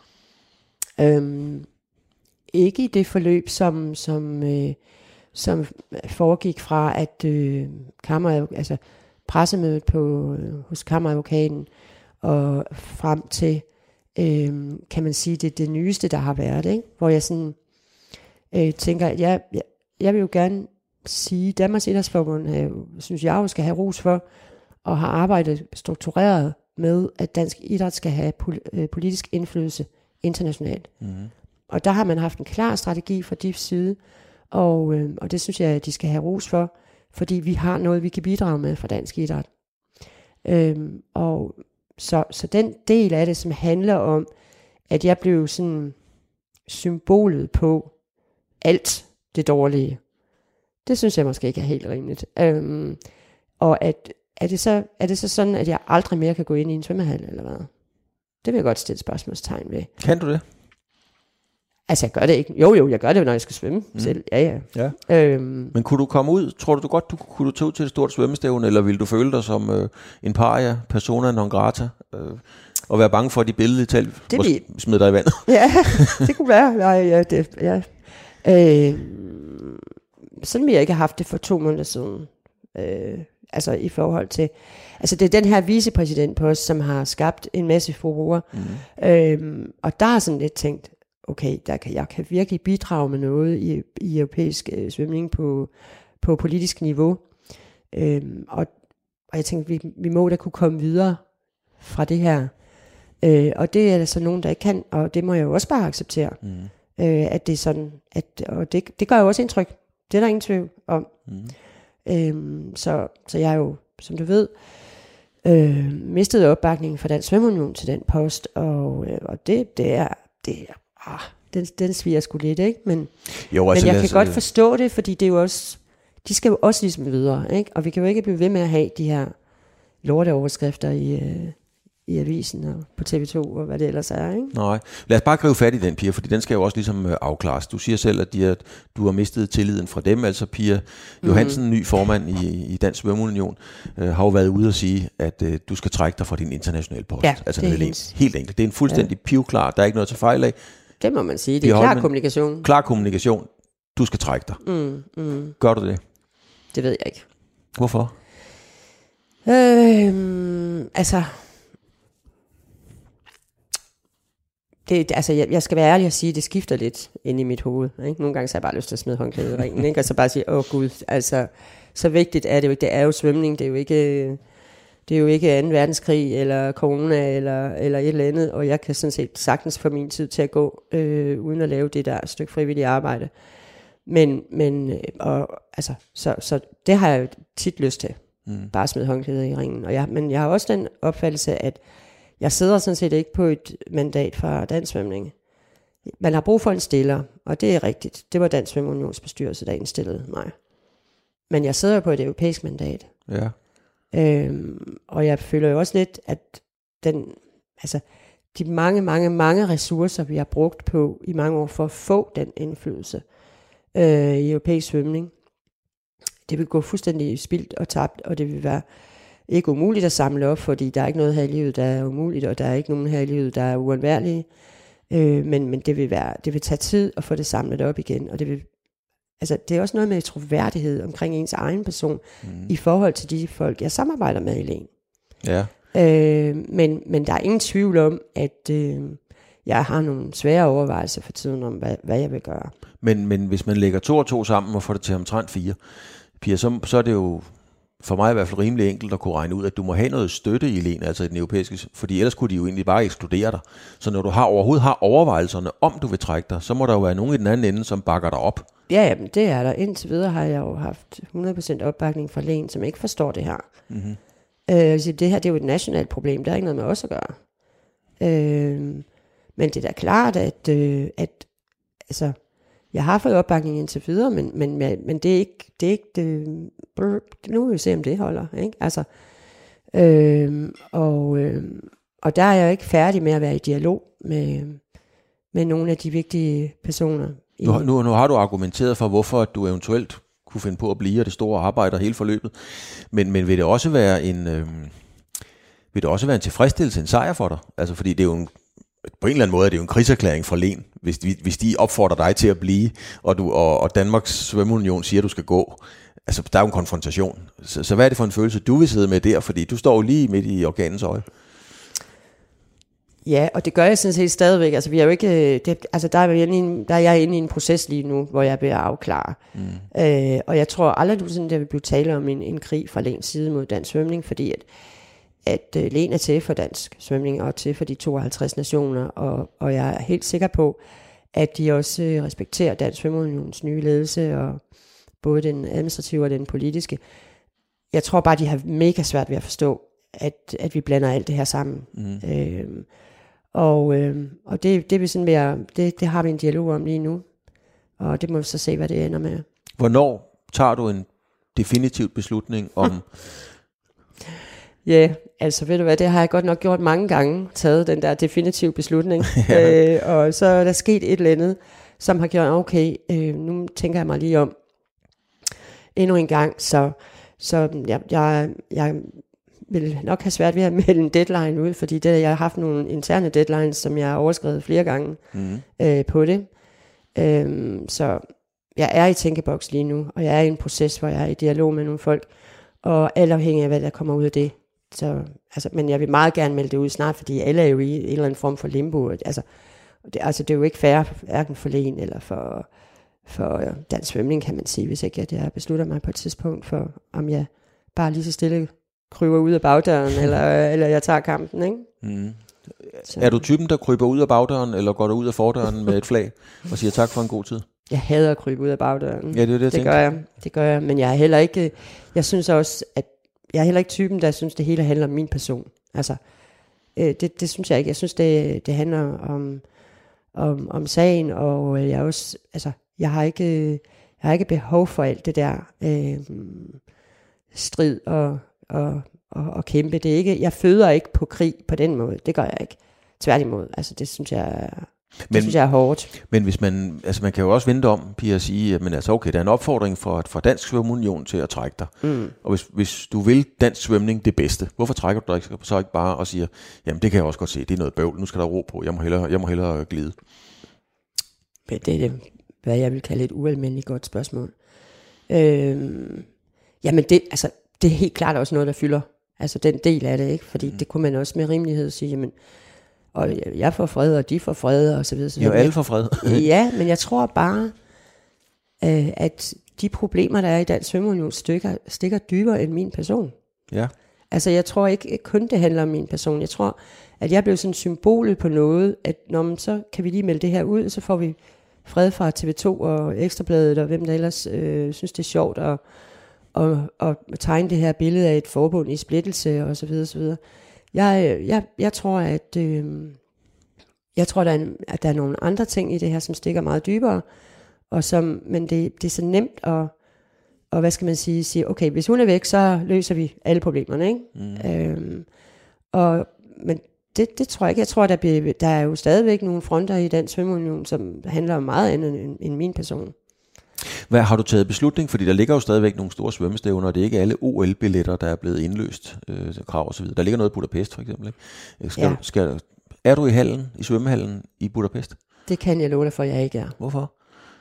Speaker 3: Øhm, ikke i det forløb, som, som, øh, som foregik fra, at øh, kammer, altså pressemødet på, øh, hos kammeradvokaten og frem til, øh, kan man sige, det det nyeste, der har været, ikke? Hvor jeg sådan øh, tænker, at jeg, jeg, jeg vil jo gerne sige, Danmarks Idrætsforbund, øh, synes jeg jo skal have ros for, og har arbejdet struktureret med, at dansk idræt skal have pol- øh, politisk indflydelse internationalt. Mm-hmm. Og der har man haft en klar strategi fra D I F's side, og, øh, og det synes jeg, at de skal have ros for, fordi vi har noget, vi kan bidrage med fra dansk idræt. Øhm, og så, så den del af det, som handler om, at jeg blev sådan symbolet på alt det dårlige, det synes jeg måske ikke er helt rimeligt. Øhm, Og at, er, det så, er det så sådan, at jeg aldrig mere kan gå ind i en svømmehal, eller hvad? Det vil jeg godt stille spørgsmålstegn ved.
Speaker 2: Kan du det?
Speaker 3: Altså, jeg gør det ikke. Jo, jo, jeg gør det, når jeg skal svømme mm. selv. Ja, ja.
Speaker 2: ja.
Speaker 3: Øhm,
Speaker 2: Men kunne du komme ud? Tror du, du godt, du kunne du tage ud til et stort svømmestævne, eller ville du føle dig som øh, en paria, persona non grata, øh, og være bange for, at de billedlige tal vi... smider dig i vandet?
Speaker 3: Ja, det kunne være. Nej, ja, det, ja. Øh, sådan ville jeg ikke have haft det for to måneder siden. Øh, altså i forhold til... Altså det er den her vicepræsidentpost, som har skabt en masse furore. Mm. Øh, og der er sådan lidt tænkt, okay, der kan, jeg kan virkelig bidrage med noget i, i europæisk øh, svømning på, på politisk niveau. Øhm, og, og jeg tænkte, vi, vi må da kunne komme videre fra det her. Øh, og det er der så nogen, der ikke kan, og det må jeg jo også bare acceptere. Mm. Øh, at det er sådan, at, og det, det gør jo også indtryk. Det er der ingen tvivl om. Mm. Øhm, så, så jeg er jo, som du ved, øh, mistet opbakningen fra Dansk Svømmeunion til den post, og, øh, og det, det er, det er Ah, den, den sviger sgu lidt, ikke? Men,
Speaker 2: jo, altså,
Speaker 3: men jeg kan
Speaker 2: os,
Speaker 3: godt forstå det, fordi det er jo også, de skal jo også ligesom videre, ikke? Og vi kan jo ikke blive ved med at have de her lorteoverskrifter i, øh, i avisen og på T V to og hvad det ellers er, ikke?
Speaker 2: Nej, lad os bare gribe fat i den, Pia, fordi den skal jo også ligesom øh, afklares. Du siger selv, at de er, du har mistet tilliden fra dem, altså Pia Johansen, mm-hmm. ny formand i, i Dansk Svømmeunion, øh, har jo været ude at sige, at øh, du skal trække dig fra din internationale post.
Speaker 3: Ja,
Speaker 2: altså,
Speaker 3: det er
Speaker 2: helt,
Speaker 3: helt,
Speaker 2: helt enkelt. Det er en fuldstændig ja. pivklar, der er ikke noget til fejl af.
Speaker 3: Det må man sige, det er klar kommunikation.
Speaker 2: Klar kommunikation, du skal trække dig. Mm, mm. Gør du det?
Speaker 3: Det ved jeg ikke.
Speaker 2: Hvorfor?
Speaker 3: Øh, altså... Det, altså, jeg, jeg skal være ærlig og sige, at det skifter lidt inde i mit hoved. Ikke? Nogle gange så har jeg bare lyst til at smide håndklædet i ringen, ikke? Og så bare sige, åh gud, altså, så vigtigt er det jo ikke. Det er jo svømning, det er jo ikke, det er jo ikke anden verdenskrig, eller corona, eller, eller et eller andet, og jeg kan sådan set sagtens få min tid til at gå, øh, uden at lave det der stykke frivilligt arbejde. Men, men og, altså, så, så det har jeg jo tit lyst til, mm. bare at smide håndklædet i ringen. Og jeg, men jeg har også den opfattelse, at jeg sidder sådan set ikke på et mandat fra Dansk Svømning. Man har brug for en stiller, og det er rigtigt. Det var Dansk Svømmeunions bestyrelse, der indstillede mig. Men jeg sidder på et europæisk mandat.
Speaker 2: Ja.
Speaker 3: Øhm, og jeg føler jo også lidt, at den, altså, de mange, mange, mange ressourcer, vi har brugt på i mange år for at få den indflydelse øh, i europæisk svømning, det vil gå fuldstændig spildt og tabt, og det vil være ikke umuligt at samle op, fordi der er ikke noget her i livet, der er umuligt, og der er ikke nogen her i livet, der er uundværlige. Øh, men, men det vil være, det vil tage tid at få det samlet op igen, og det vil, altså det er også noget med troværdighed omkring ens egen person, mm. i forhold til de folk, jeg samarbejder med i Len.
Speaker 2: Ja.
Speaker 3: Øh, men, men der er ingen tvivl om, at øh, jeg har nogle svære overvejelser for tiden om, hvad, hvad jeg vil gøre.
Speaker 2: Men, men hvis man lægger to og to sammen og får det til omtrent fire, Pia, så, så er det jo for mig i hvert fald rimelig enkelt at kunne regne ud, at du må have noget støtte i Len, altså i den europæiske, fordi ellers kunne de jo egentlig bare ekskludere dig. Så når du har overhovedet har overvejelserne om, du vil trække dig, så må der jo være nogen i den anden ende, som bakker dig op.
Speaker 3: Ja, jamen, det er der. Indtil videre har jeg jo haft hundrede procent opbakning fra Len, som ikke forstår det her. Mm-hmm. Øh, så det her, det er jo et nationalt problem, der er ikke noget med os at gøre. Øh, men det er da klart, at, øh, at altså, jeg har fået opbakning indtil videre, men, men, men det er ikke, det er ikke det, nu vil vi se, om det holder, ikke? Altså, øh, og, øh, og der er jeg ikke færdig med at være i dialog med, med nogle af de vigtige personer.
Speaker 2: Nu, nu, nu har du argumenteret for, hvorfor du eventuelt kunne finde på at blive, og det store arbejde og hele forløbet, men, men vil det også være en, øh, vil det også være en tilfredsstillelse, en sejr for dig? Altså, fordi det er jo en, på en eller anden måde er det jo en krigserklæring fra Len, hvis de, hvis de opfordrer dig til at blive, og, du, og, og Danmarks Svømmeunion siger, at du skal gå. Altså, der er jo en konfrontation. Så, så hvad er det for en følelse, du vil sidde med der? Fordi du står jo lige midt i organens øje.
Speaker 3: Ja, og det gør jeg sådan set stadigvæk. Altså, vi er jo ikke, det, altså der, er jeg inde i en, der er jeg inde i en proces lige nu, hvor jeg bliver afklaret. Mm. Øh, og jeg tror aldrig, du sådan, der vil blive tale om en, en krig fra Lens side mod dansk svømning, fordi at at uh, Len er til for dansk svømning og til for de tooghalvtreds nationer, og, og jeg er helt sikker på, at de også uh, respekterer Dansk Svømmeunions nye ledelse, og både den administrative og den politiske. Jeg tror bare, de har mega svært ved at forstå, at, at vi blander alt det her sammen. Mm. Øhm, og øhm, og det, det, vil sådan være, det, det har vi en dialog om lige nu, og det må vi så se, hvad det ender med.
Speaker 2: Hvornår tager du en definitiv beslutning om
Speaker 3: Ja, yeah, altså ved du hvad, det har jeg godt nok gjort mange gange, taget den der definitive beslutning. ja. øh, og så er der sket et eller andet, som har gjort, okay, øh, nu tænker jeg mig lige om endnu en gang, så, så jeg, jeg, jeg vil nok have svært ved at melde en deadline ud, fordi det, jeg har haft nogle interne deadlines, som jeg har overskrevet flere gange mm. øh, på det. Øh, så jeg er i tænkeboks lige nu, og jeg er i en proces, hvor jeg er i dialog med nogle folk, og alt afhængig af, hvad der kommer ud af det. Så, altså, men jeg vil meget gerne melde det ud snart, fordi alle er jo i en eller anden form for limbo. Altså, det, altså, det er jo ikke fair, hverken for lægen eller for, for dansk svømning, kan man sige, hvis ikke at jeg beslutter mig på et tidspunkt for, om jeg bare lige så stille kryber ud af bagdøren, eller, eller jeg tager kampen, ikke?
Speaker 2: Mm. Er du typen, der kryber ud af bagdøren, eller går du ud af fordøren med et flag og siger tak for en god tid?
Speaker 3: Jeg hader at krybe ud af bagdøren.
Speaker 2: Ja, det er det, jeg
Speaker 3: det gør jeg. Det gør jeg, men jeg er heller ikke, jeg synes også, at jeg er heller ikke typen, der synes, det hele handler om min person. Altså, øh, det, det synes jeg ikke. Jeg synes, det, det handler om, om, om sagen, og jeg også, altså, jeg har ikke, jeg har ikke behov for alt det der øh, strid og, og, og, og kæmpe. Det er ikke, jeg føder ikke på krig på den måde. Det gør jeg ikke. Tværtimod. Altså, det synes jeg Det men, synes jeg er hårdt.
Speaker 2: Men hvis man, altså man kan jo også vente om, Pia, at sige, at men altså okay, der er en opfordring fra, fra Dansk Svømmeunion til at trække dig. Mm. Og hvis, hvis du vil dansk svømning det bedste, hvorfor trækker du dig så ikke bare og siger, jamen det kan jeg også godt se, det er noget bøvl, nu skal der ro på, jeg må hellere, jeg må hellere glide.
Speaker 3: Det er det, hvad jeg vil kalde et ualmindeligt godt spørgsmål. Øhm, jamen det, altså, det er helt klart også noget, der fylder. Altså den del af det, ikke? Fordi mm. det kunne man også med rimelighed sige, jamen, og jeg får fred, og de får fred, og så videre. Så
Speaker 2: jo, alle får fred.
Speaker 3: Ja, men jeg tror bare, øh, at de problemer, der er i Dansk Svømmeunion, stikker, stikker dybere end min person. Ja. Altså, jeg tror ikke kun, det handler om min person. Jeg tror, at jeg blev sådan symbolet på noget, at når man, så kan vi lige melde det her ud, så får vi fred fra T V to og Ekstrabladet, og hvem der ellers øh, synes, det er sjovt, og, og, og tegne det her billede af et forbund i splittelse, og så videre, så videre. Jeg, jeg, jeg tror, at, øh, jeg tror der er, at der er nogle andre ting i det her, som stikker meget dybere, og som, men det, det er så nemt at, og hvad skal man sige, sige, okay, hvis hun er væk, så løser vi alle problemerne, ikke? Mm. Øhm, og, men det, det tror jeg ikke. Jeg tror, der, bliver, der er jo stadigvæk nogle fronter i Dansk Svømmeunion, som handler om meget andet end, end min person.
Speaker 2: Hvad har du taget beslutning? Fordi der ligger jo stadigvæk nogle store svømmestævner, og det er ikke alle O L-billetter, der er blevet indløst, øh, krav og så videre. Der ligger noget i Budapest for eksempel, ikke? Skal, ja. skal, er du i hallen, i svømmehallen i Budapest? Det kan jeg love dig for, jeg ikke er. Hvorfor?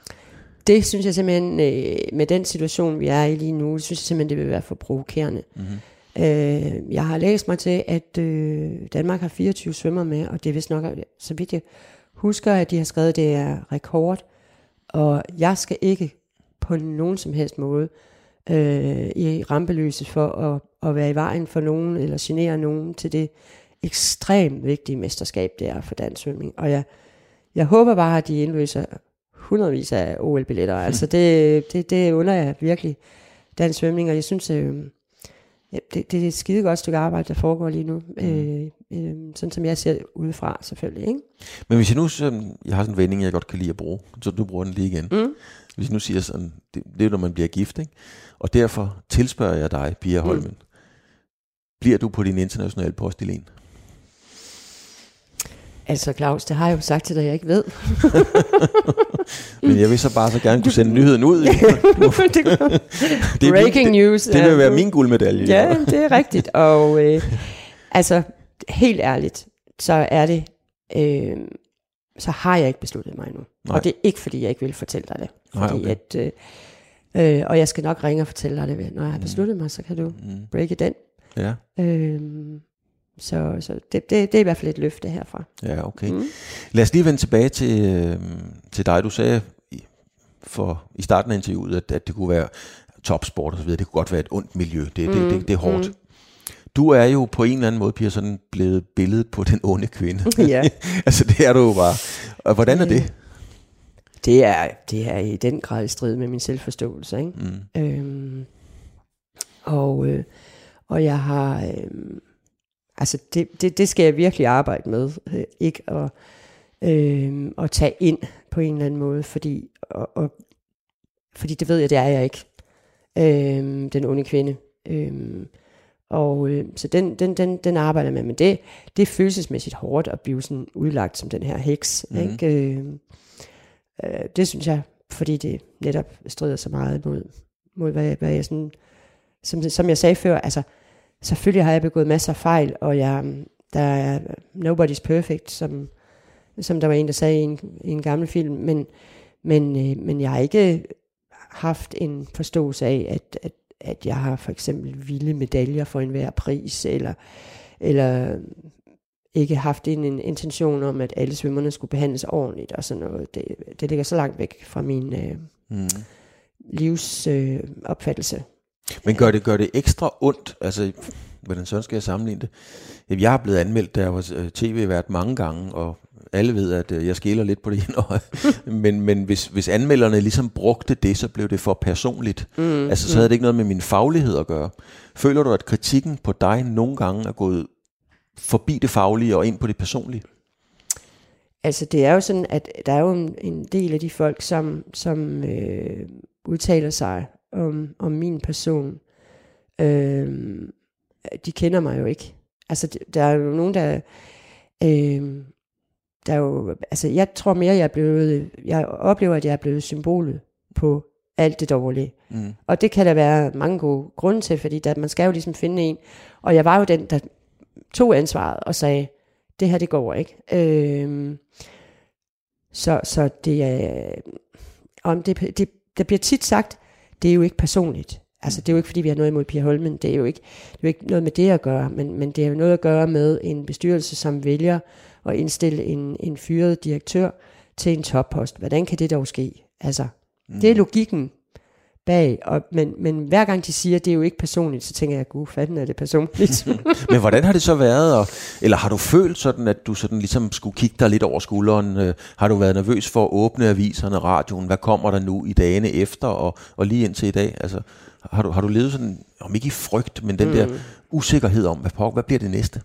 Speaker 3: Det synes jeg simpelthen, øh, med den situation, vi er i lige nu, synes jeg simpelthen, det vil være for provokerende. Mm-hmm. Øh, jeg har læst mig til, at øh, Danmark har fireogtyve svømmer med, og det er vist nok, så vidt jeg husker, at de har skrevet, at det er rekord. Og jeg skal ikke på nogen som helst måde øh, i rampelyset for at, at være i vejen for nogen, eller genere nogen til det ekstremt vigtige mesterskab, det er for dansk svømning. Og jeg, jeg håber bare, at de indløser hundredvis af O L-billetter. Altså det, det, det under jeg virkelig dansk svømning, og jeg synes, øh, det, det er et skide godt stykke arbejde, der foregår lige nu. Mm. Øh, øh, sådan som jeg ser udefra, selvfølgelig. Ikke?
Speaker 2: Men hvis jeg nu, så, jeg har sådan en vending, jeg godt kan lide at bruge, så du bruger den lige igen. Mm. Hvis jeg nu siger sådan, det, det er når man bliver gift, ikke? Og derfor tilspørger jeg dig, Pia Holmen. Mm. Bliver du på din internationale postillen?
Speaker 3: Altså Claus, det har jeg jo sagt til dig, jeg ikke ved.
Speaker 2: Men jeg vil så bare så gerne kunne sende nyheden ud.
Speaker 3: det Breaking
Speaker 2: min,
Speaker 3: news.
Speaker 2: Det, det vil være min guldmedalje.
Speaker 3: Ja, det er rigtigt. Og øh, altså, helt ærligt, så er det, øh, så har jeg ikke besluttet mig endnu. Nej. Og det er ikke, fordi jeg ikke vil fortælle dig det. Fordi Nej, okay. at, øh, øh, og jeg skal nok ringe og fortælle dig det. Når jeg har besluttet mig, så kan du mm. breake den. Ja. Øh, Så, så det, det, det er i hvert fald et løfte herfra.
Speaker 2: Ja, okay. Mm. Lad os lige vende tilbage til, øh, til dig. Du sagde i, for, i starten af interviewet, at, at det kunne være topsport og så videre. Det kunne godt være et ondt miljø. Det, mm. det, det, det er hårdt. Mm. Du er jo på en eller anden måde, Pia, sådan blevet billedet på den onde kvinde. Ja. Altså det er du jo bare. Og hvordan er det?
Speaker 3: Det er, det er i den grad i strid med min selvforståelse. Ikke? Mm. Øhm, og, øh, og jeg har... Øh, Altså det, det, det skal jeg virkelig arbejde med, øh, ikke at, øh, at tage ind på en eller anden måde, fordi, og, og, fordi det ved jeg, det er jeg ikke, øh, den onde kvinde. Øh, Og øh, så den, den, den, den arbejder jeg med. Men det, det er følelsesmæssigt hårdt at blive sådan udlagt som den her heks. Mm. Ikke? Øh, øh, det synes jeg, fordi det netop strider så meget mod, mod hvad, hvad jeg sådan, som, som jeg sagde før, altså selvfølgelig har jeg begået masser af fejl, og jeg, der er nobody's perfect, som, som der var en, der sagde i en, i en gammel film, men, men, øh, men jeg har ikke haft en forståelse af, at, at, at jeg har for eksempel vilde medaljer for enhver pris, eller, eller ikke haft en, en intention om, at alle svømmerne skulle behandles ordentligt, og sådan noget. Det, det ligger så langt væk fra min øh, mm. livsopfattelse. Øh, opfattelse.
Speaker 2: Men gør det, gør det ekstra ondt, altså, hvordan sådan skal jeg sammenligne det? Jeg har blevet anmeldt, da jeg var tv-vært mange gange, og alle ved, at jeg skiller lidt på det ene øje. men men hvis, hvis anmelderne ligesom brugte det, så blev det for personligt. Mm, altså, så havde det ikke noget med min faglighed at gøre. Føler du, at kritikken på dig nogle gange er gået forbi det faglige og ind på det personlige?
Speaker 3: Altså, det er jo sådan, at der er jo en, en del af de folk, som, som øh, udtaler sig om, om min person. Øh, de kender mig jo ikke. Altså, der er jo nogen, der... Øh, der er jo, altså, jeg tror mere, jeg er blevet... Jeg oplever, at jeg er blevet symbolet på alt det dårlige. Mm. Og det kan der være mange gode grunde til, fordi der, man skal jo ligesom finde en. Og jeg var jo den, der tog ansvaret og sagde, det her, det går ikke. Øh, så, så det er... Om det, det, der bliver tit sagt, det er jo ikke personligt. Altså, det er jo ikke, fordi vi har noget imod Pia Holmen. Det er jo ikke, det er jo ikke noget med det at gøre, men, men det er jo noget at gøre med en bestyrelse, som vælger at indstille en, en fyret direktør til en toppost. Hvordan kan det dog ske? Altså, mm. det er logikken bag. Og, men, men hver gang de siger, at det er jo ikke personligt, så tænker jeg, gud, fanden er det personligt.
Speaker 2: Men hvordan har det så været? Og, eller har du følt sådan, at du sådan ligesom skulle kigge dig lidt over skulderen? Øh, har du været nervøs for at åbne aviserne, radioen? Hvad kommer der nu i dagene efter og, og lige indtil i dag? Altså, har du, har du levet sådan, om ikke i frygt, men den mm. der usikkerhed om, hvad, hvad bliver det næste?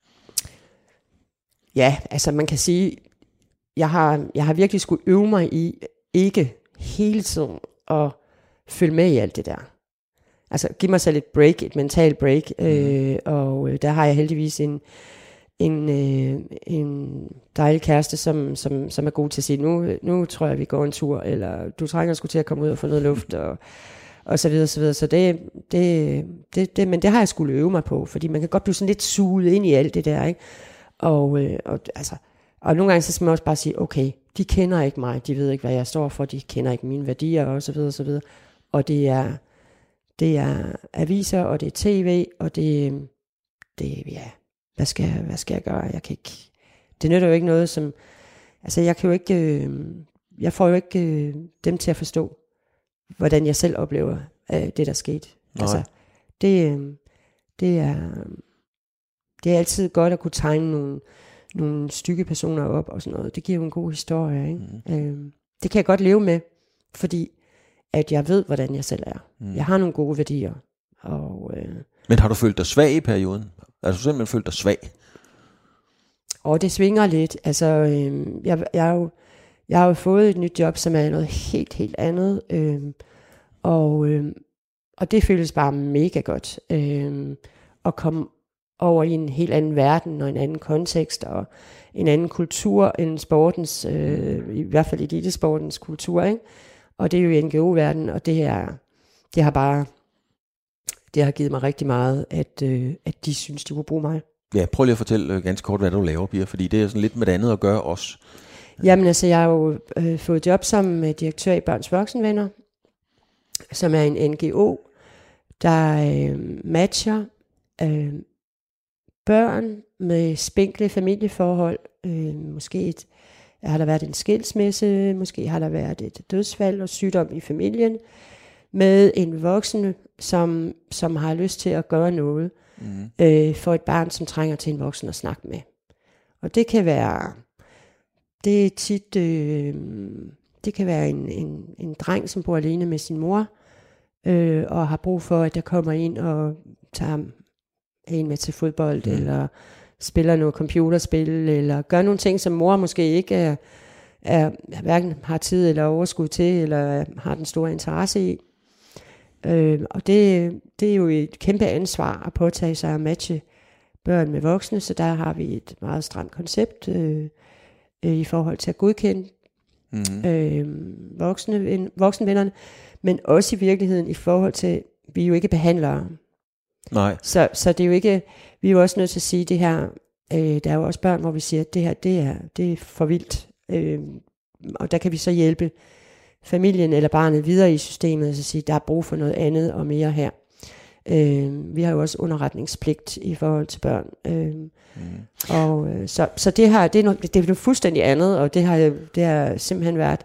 Speaker 3: Ja, altså man kan sige, jeg har, jeg har virkelig skulle øve mig i ikke hele tiden at følge med i alt det der. Altså give mig selv et break, et mentalt break, mm. øh, og øh, der har jeg heldigvis en, en, øh, en dejlig kæreste, som, som, som er god til at sige, nu, nu tror jeg, vi går en tur, eller du trænger sgu til at komme ud og få noget luft, og, og så videre, så videre. Så det, det, det, det, men det har jeg skulle øve mig på, fordi man kan godt blive sådan lidt suget ind i alt det der, ikke? Og, øh, og, altså, og nogle gange så skal man også bare sige, okay, de kender ikke mig, de ved ikke, hvad jeg står for, de kender ikke mine værdier, og så videre, og så videre. Og det er, det er aviser, og det er tv, og det, det ja, hvad skal, hvad skal jeg gøre? Jeg kan ikke, det nytter jo ikke noget, som, altså jeg kan jo ikke, øh, jeg får jo ikke øh, dem til at forstå, hvordan jeg selv oplever øh, det, der skete. Nej. Altså, det, øh, det er, det er altid godt at kunne tegne nogle, nogle stykke personer op og sådan noget. Det giver jo en god historie, ikke? Mm. Øh, det kan jeg godt leve med, fordi at jeg ved, hvordan jeg selv er. Mm. Jeg har nogle gode værdier. Og, øh,
Speaker 2: Men har du følt dig svag i perioden? Har du simpelthen følt dig svag?
Speaker 3: Og det svinger lidt. Altså, øh, jeg, jeg, har jo, jeg har jo fået et nyt job, som er noget helt, helt andet. Øh, og, øh, og det føles bare mega godt. Øh, at komme over i en helt anden verden og en anden kontekst og en anden kultur end sportens, øh, i hvert fald elitesportens kultur, ikke? Og det er jo i N G O-verdenen, og det er, det har bare, det har givet mig rigtig meget, at, øh, at de synes, de kunne bruge mig.
Speaker 2: Ja, prøv lige at fortælle øh, ganske kort, hvad du laver, Pia, fordi det er sådan lidt med det andet at gøre også.
Speaker 3: Jamen altså, jeg har jo øh, fået job som øh, direktør i Børns Voksenvenner, som er en N G O, der øh, matcher øh, børn med spinkle familieforhold, øh, måske et, har der været en skilsmisse, måske har der været et dødsfald og sygdom i familien, med en voksen, som, som har lyst til at gøre noget mm. øh, for et barn, som trænger til en voksen at snakke med. Og det kan være, det er tit, øh, det kan være en, en, en dreng, som bor alene med sin mor, øh, og har brug for, at der kommer en og tager en med til fodbold, mm. eller spiller noget computerspil, eller gør nogle ting, som mor måske ikke er, er, hverken har tid eller overskud til, eller har den store interesse i. Øh, og det, det er jo et kæmpe ansvar at påtage sig at matche børn med voksne, så der har vi et meget stramt koncept øh, øh, i forhold til at godkende mm. øh, voksne, voksenvennerne, men også i virkeligheden i forhold til, vi er jo ikke behandlere.
Speaker 2: Nej.
Speaker 3: Så, så det er jo ikke, vi er jo også nødt til at sige det her, øh, der er jo også børn, hvor vi siger, at det her, det er, det er for vildt, øh, og der kan vi så hjælpe familien eller barnet videre i systemet, og så sige, der er brug for noget andet og mere her. Øh, vi har jo også underretningspligt i forhold til børn. Øh, mm. og, øh, så, så det her, det er noget, det er noget fuldstændig andet, og det har, det har simpelthen været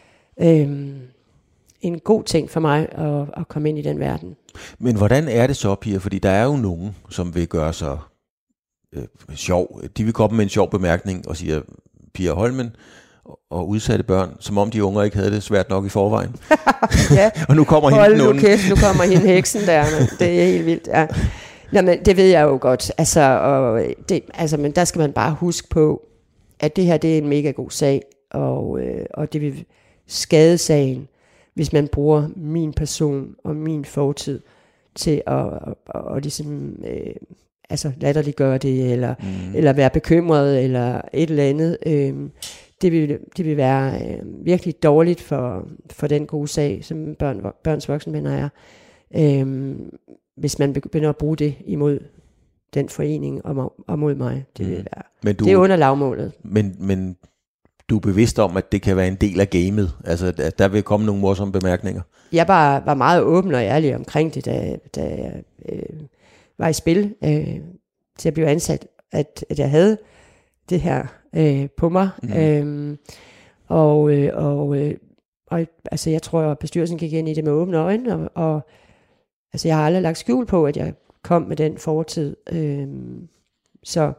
Speaker 3: øh, en god ting for mig at, at komme ind i den verden.
Speaker 2: Men hvordan er det så, Pia? Fordi der er jo nogen, som vil gøre sig øh, sjov. De vil komme med en sjov bemærkning og sige, Pia Holmen og udsatte børn, som om de unger ikke havde det svært nok i forvejen.
Speaker 3: Ja.
Speaker 2: Og nu kommer
Speaker 3: Hold
Speaker 2: hende
Speaker 3: nu kæft, nu kommer hende heksen der. Men det er helt vildt, ja. Jamen, det ved jeg jo godt. Altså, og det, altså, men der skal man bare huske på, at det her, det er en mega god sag, og, øh, og det vil skade sagen, hvis man bruger min person og min fortid til at og, og, og ligesom, øh, altså latterliggøre det, eller, mm. eller være bekymret, eller et eller andet. Øh, det, vil, det vil være øh, virkelig dårligt for, for den gode sag, som børn, børns voksenvenner er, øh, hvis man begynder at bruge det imod den forening og, og mod mig. Det, mm. vil være, men du, det er under lavmålet.
Speaker 2: Men, men du er bevidst om, at det kan være en del af gamet, altså at der vil komme nogle morsomme bemærkninger?
Speaker 3: Jeg var, var meget åben og ærlig omkring det, da, da jeg øh, var i spil øh, til at blive ansat, at, at jeg havde det her øh, på mig. Mm. Øhm, og, øh, og, øh, og altså, jeg tror, at bestyrelsen gik ind i det med åbne øjne, og, og altså, jeg har aldrig lagt skjul på, at jeg kom med den fortid. Øhm, så,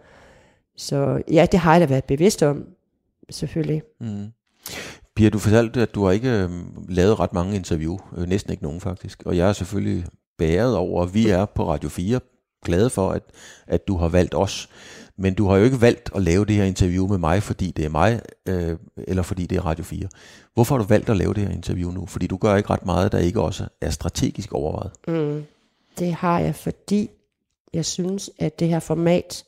Speaker 3: så ja, det har jeg da været bevidst om, selvfølgelig.
Speaker 2: Mm. Pia, du fortalte, at du har ikke øh, lavet ret mange interview, øh, næsten ikke nogen faktisk, og jeg er selvfølgelig bæret over, at vi er på Radio fire glade for, at, at du har valgt os. Men du har jo ikke valgt at lave det her interview med mig, fordi det er mig, øh, eller fordi det er Radio fire. Hvorfor har du valgt at lave det her interview nu? Fordi du gør ikke ret meget, der ikke også er strategisk overvejet.
Speaker 3: Mm, det har jeg, fordi jeg synes, at det her format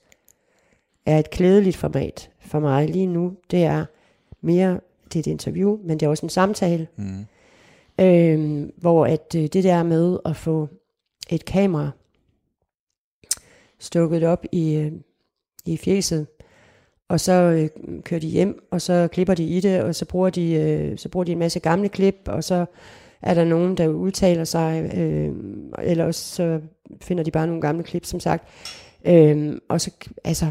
Speaker 3: er et klædeligt format for mig lige nu. Det er mere, det er et interview, men det er også en samtale. Mm. Øh, hvor at det der med at få et kamera stukket op i... i fjeset, og så øh, kører de hjem, og så klipper de i det, og så bruger de, øh, så bruger de en masse gamle klip, og så er der nogen, der udtaler sig, øh, eller også så finder de bare nogle gamle klip, som sagt. Øh, og så, altså,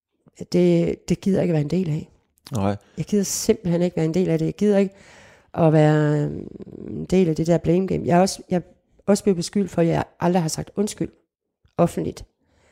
Speaker 3: det, det gider jeg ikke være en del af.
Speaker 2: Nej.
Speaker 3: Jeg gider simpelthen ikke være en del af det. Jeg gider ikke at være en del af det der blame game. Jeg er også, jeg er også blevet beskyldt for, at jeg aldrig har sagt undskyld offentligt.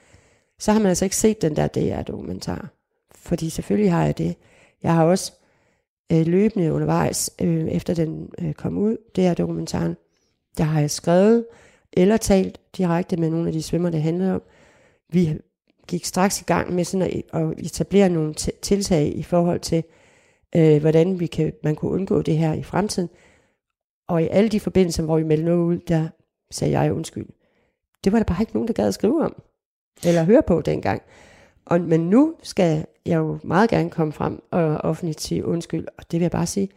Speaker 3: Så har man altså ikke set den der D R-dokumentar. Fordi selvfølgelig har jeg det. Jeg har også øh, løbende undervejs, øh, efter den øh, kom ud, D R-dokumentaren, der har jeg skrevet eller talt direkte med nogle af de svømmer, det handlede om. Vi gik straks i gang med sådan at, at etablere nogle t- tiltag i forhold til, øh, hvordan vi kan, man kunne undgå det her i fremtiden. Og i alle de forbindelser, hvor vi meldte noget ud, der sagde jeg undskyld. Det var der bare ikke nogen, der gad at skrive om. Eller høre på dengang. Og, men nu skal jeg jo meget gerne komme frem og offentligt sige undskyld. Og det vil jeg bare sige,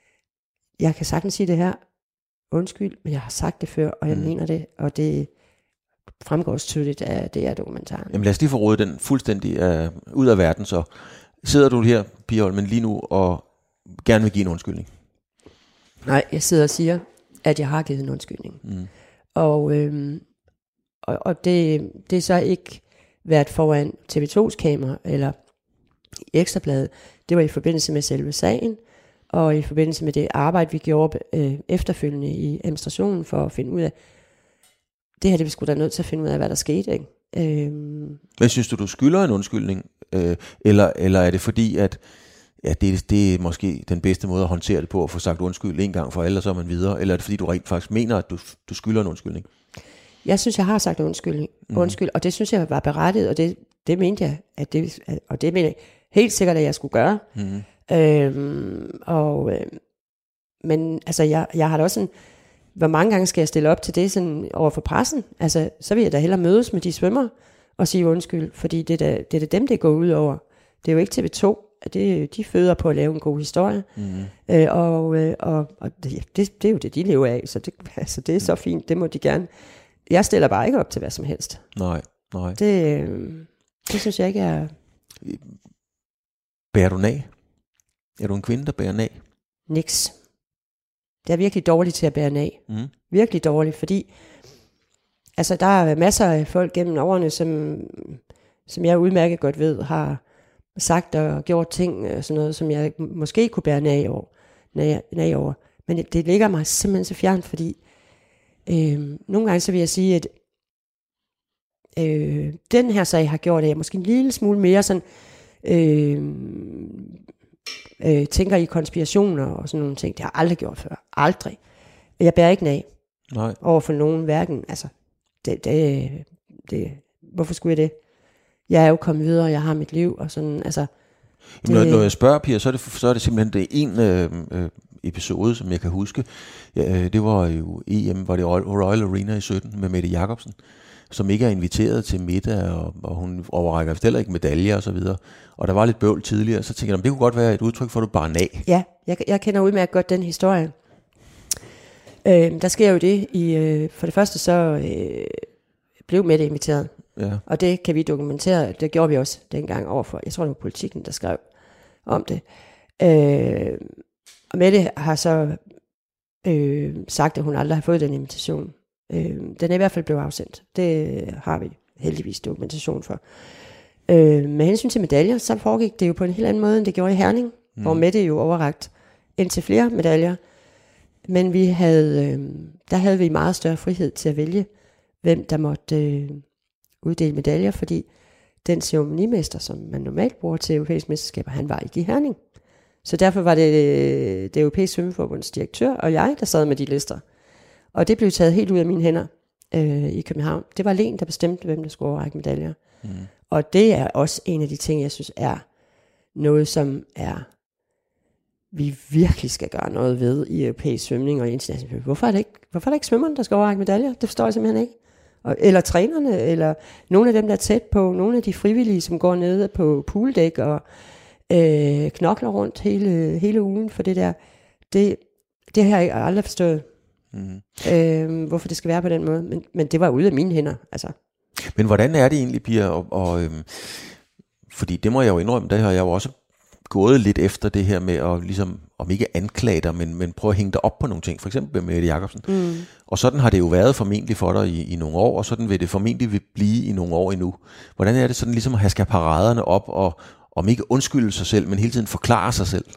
Speaker 3: jeg kan sagtens sige det her, undskyld, men jeg har sagt det før, og jeg mm. mener det, og det fremgår også tydeligt af det her dokumentaren. Jamen
Speaker 2: lad os lige få rodet den fuldstændig uh, ud af verden, så sidder du her, Pia Holmen, lige nu og gerne vil give en undskyldning?
Speaker 3: Nej, jeg sidder og siger, at jeg har givet en undskyldning. Mm. Og... Øhm, Og, og det, det er så ikke været foran T V to's kamera eller i Ekstrabladet. Det var i forbindelse med selve sagen, og i forbindelse med det arbejde, vi gjorde øh, efterfølgende i administrationen for at finde ud af, det her det vi skulle da nødt til at finde ud af, hvad der skete. Ikke? Øhm.
Speaker 2: Men synes du, du skylder en undskyldning? Øh, eller, eller er det fordi, at ja, det, det er måske den bedste måde at håndtere det på, at få sagt undskyld en gang for alle, og så er man videre? Eller er det fordi, du rent faktisk mener, at du, du skylder en undskyldning?
Speaker 3: Jeg synes, jeg har sagt undskyld, mm. undskyld, og det synes jeg var berettiget, og det, det mente jeg, at det, og det mener jeg helt sikkert, at jeg skulle gøre. Mm. Øhm, og, øh, men altså, jeg, jeg har da også en, hvor mange gange skal jeg stille op til det sådan over for pressen? Altså, så vil jeg da hellere mødes med de svømmer og sige undskyld, fordi det er da, det er da dem, det går ud over. Det er jo ikke T V to. Det, de føder på at lave en god historie. Mm. Øh, og øh, og, og det, det, det er jo det, de lever af. Så det, altså, det er så fint. Det må de gerne. Jeg stiller bare ikke op til hvad som helst.
Speaker 2: Nej, nej.
Speaker 3: Det, øh, det synes jeg ikke er...
Speaker 2: Bærer du nag? Er du en kvinde, der bærer nag?
Speaker 3: Niks. Det er virkelig dårligt til at bære nag. Mm. Virkelig dårligt, fordi altså, der er masser af folk gennem årene, som, som jeg udmærket godt ved, har sagt og gjort ting, sådan noget, som jeg måske kunne bære nag over. Nag, nag over. Men det, det ligger mig simpelthen så fjernt, fordi øh, nogle gange så vil jeg sige, at øh, den her sag har gjort, at jeg måske en lille smule mere sådan, øh, øh, tænker i konspirationer og sådan nogle ting. Det har jeg aldrig gjort før. Aldrig. Jeg bærer ikke nag.
Speaker 2: Nej.
Speaker 3: Over for nogen, hverken. Altså, det, det, det, hvorfor skulle jeg det? Jeg er jo kommet videre, jeg har mit liv, og sådan, altså... Det,
Speaker 2: når, når jeg spørger, Pia, så er det, så er det simpelthen det en øh, episode, som jeg kan huske. Ja, det var jo E M, var det Royal Arena i sytten med Mette Jacobsen, som ikke er inviteret til middag, og, og hun overrækker heller ikke medaljer og så videre. Og der var lidt bøvl tidligere, så tænker jeg, det kunne godt være et udtryk for, at du bare nag.
Speaker 3: Ja, jeg, jeg kender udmærket godt den historie. Øh, der sker jo det, i, øh, for det første så øh, blev Mette inviteret. Ja. Og det kan vi dokumentere, det gjorde vi også dengang overfor, jeg tror det var Politikken, der skrev om det. Øh, og Mette har så øh, sagt, at hun aldrig har fået den invitation. Øh, den er i hvert fald blevet afsendt. Det har vi heldigvis dokumentation for. Øh, med hensyn til medaljer, så foregik det jo på en helt anden måde, end det gjorde i Herning, mm. hvor Mette jo overrakt indtil flere medaljer. Men vi havde, øh, der havde vi meget større frihed til at vælge, hvem der måtte øh, uddele medaljer, fordi den ceremonimester, som man normalt bruger til europæiske mesterskaber, han var ikke i Herning. Så derfor var det øh, det europæiske svømmeforbunds direktør og jeg, der sad med de lister. Og det blev taget helt ud af mine hænder øh, i København. Det var Len, der bestemte, hvem der skulle overrække medaljer. Mm. Og det er også en af de ting, jeg synes er noget, som er vi virkelig skal gøre noget ved i europæisk svømning og international. Hvorfor er det ikke, hvorfor er det ikke svømmerne, der skal overrække medaljer? Det forstår jeg simpelthen ikke. Og, eller trænerne, eller nogle af dem, der er tæt på, nogle af de frivillige, som går ned på pooldæk og øh, knokler rundt hele, hele ugen for det der. Det, det har jeg aldrig forstået. Mm. Øh, hvorfor det skal være på den måde. Men, men det var ude af mine hænder. Altså.
Speaker 2: Men hvordan er det egentlig, Pia? Og, og, øhm, fordi det må jeg jo indrømme, der har jeg jo også gået lidt efter det her med at ligesom, om ikke anklage dig, men, men prøve at hænge dig op på nogle ting, for eksempel med Mette Jacobsen. Mm. Og sådan har det jo været formentlig for dig i, i nogle år, og sådan vil det formentlig vil blive i nogle år endnu. Hvordan er det sådan ligesom at have skal paraderne op, og om ikke undskylde sig selv, men hele tiden forklare sig selv?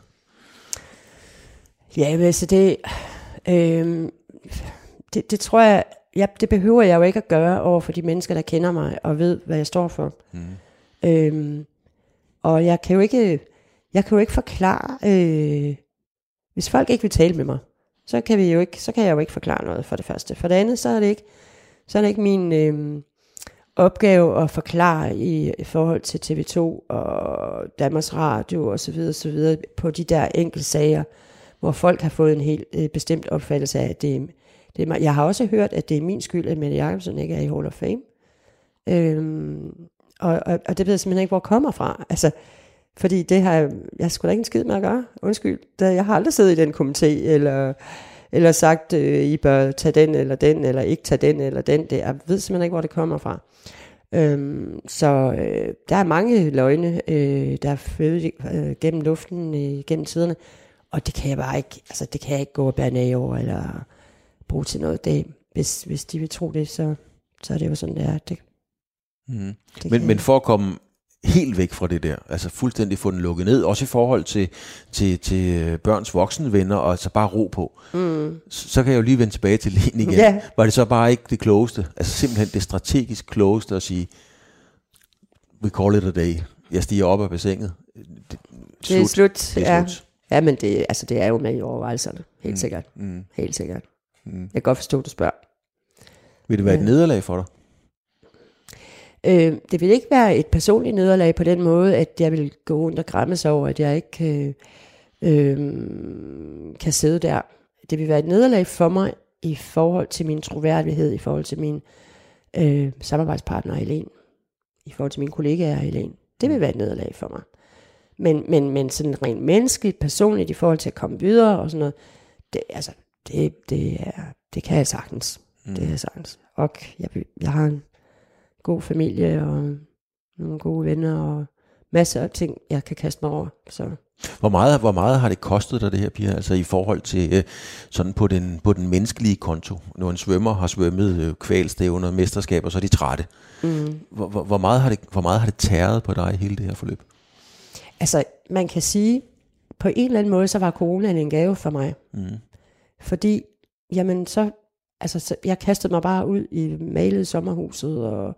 Speaker 3: Ja, men altså det, øh, det, det tror jeg, ja, det behøver jeg jo ikke at gøre over for de mennesker, der kender mig, og ved, hvad jeg står for. Mm. Øh, og jeg kan jo ikke... Jeg kan jo ikke forklare, øh, hvis folk ikke vil tale med mig, så kan vi jo ikke, så kan jeg jo ikke forklare noget for det første. For det andet, så er det ikke, så er det ikke min øh, opgave at forklare i, i forhold til T V to og Danmarks Radio og så videre, så videre på de der enkelte sager, hvor folk har fået en helt øh, bestemt opfattelse af, at det, det er, jeg har også hørt, at det er min skyld, at Mette Jacobsen ikke er i Hall of Fame. Øh, og, og, og det ved jeg simpelthen ikke, hvor det kommer fra. Altså, fordi det har jeg, jeg sgu da ikke en skid med at gøre. Undskyld. Jeg har aldrig siddet i den komité, eller, eller sagt, øh, I bør tage den, eller den, eller ikke tage den, eller den. Det, jeg ved simpelthen ikke, hvor det kommer fra. Øhm, så øh, der er mange løgne, øh, der er født øh, gennem luften, øh, gennem tiderne. Og det kan jeg bare ikke, altså det kan jeg ikke gå og bære ned over, eller bruge til noget. Det, hvis, hvis de vil tro det, så, så er det jo sådan, det er. Det,
Speaker 2: mm. det men, men for at komme helt væk fra det der, altså fuldstændig få den lukket ned, også i forhold til, til, til børns voksenvenner, og altså bare ro på. Mm. Så, så kan jeg jo lige vende tilbage til Len igen. Yeah. Var det så bare ikke det klogeste, altså simpelthen det strategisk klogeste at sige, we call it a day. Jeg stiger op af bassinet.
Speaker 3: Det, det er slut. Det er ja. slut. Ja, men det, altså, det er jo med i overvejelserne. Helt mm. sikkert. Mm. Helt sikkert. Mm. Jeg kan godt forstå, at du spørger.
Speaker 2: Vil det være ja. et nederlag for dig?
Speaker 3: Øh, det vil ikke være et personligt nederlag på den måde, at jeg vil gå rundt og græmme sig over, at jeg ikke kan, øh, kan sidde der. Det vil være et nederlag for mig i forhold til min troværdighed, i forhold til min øh, samarbejdspartner Helen, i forhold til mine kollegaer Helen. Det vil være et nederlag for mig. Men, men, men sådan rent menneskeligt, personligt, i forhold til at komme videre og sådan noget, det, altså, det, det, er, det kan jeg sagtens. Mm. Det kan jeg sagtens. Og jeg, jeg har en god familie og nogle gode venner og masser af ting, jeg kan kaste mig over. Så.
Speaker 2: Hvor meget, hvor meget har det kostet dig det her, Pia, altså i forhold til øh, sådan på den, på den menneskelige konto? Når en svømmer har svømmet øh, kvalstævner, mesterskaber, så er de trætte. Mm. Hvor, hvor, hvor, meget har det, hvor meget har det tæret på dig hele det her forløb?
Speaker 3: Altså, man kan sige, på en eller anden måde, så var coronaen en gave for mig. Mm. Fordi, jamen så, altså, så, jeg kastede mig bare ud i malet sommerhuset, og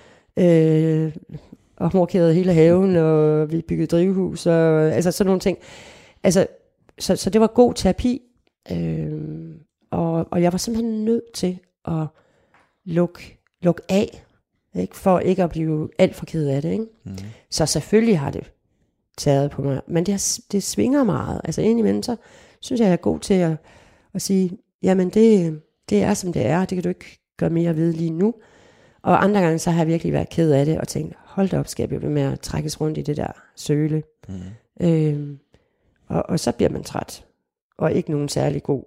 Speaker 3: øh, og markerede hele haven, og vi byggede drivhus, og altså sådan nogle ting. Altså, så, så det var god terapi, øh, og, og jeg var simpelthen nødt til at lukke, lukke af, ikke? For ikke at blive alt for ked af det. Ikke? Mm. Så selvfølgelig har det taget på mig, men det, det svinger meget. Altså indimellem, så synes jeg, jeg er god til at, at sige, jamen det, det er som det er, det kan du ikke gøre mere ved lige nu. Og andre gange, så har jeg virkelig været ked af det, og tænkt, hold da op, skal jeg blive ved med at trækkes rundt i det der søle. Mm. Øhm, og, og så bliver man træt, og ikke nogen særlig god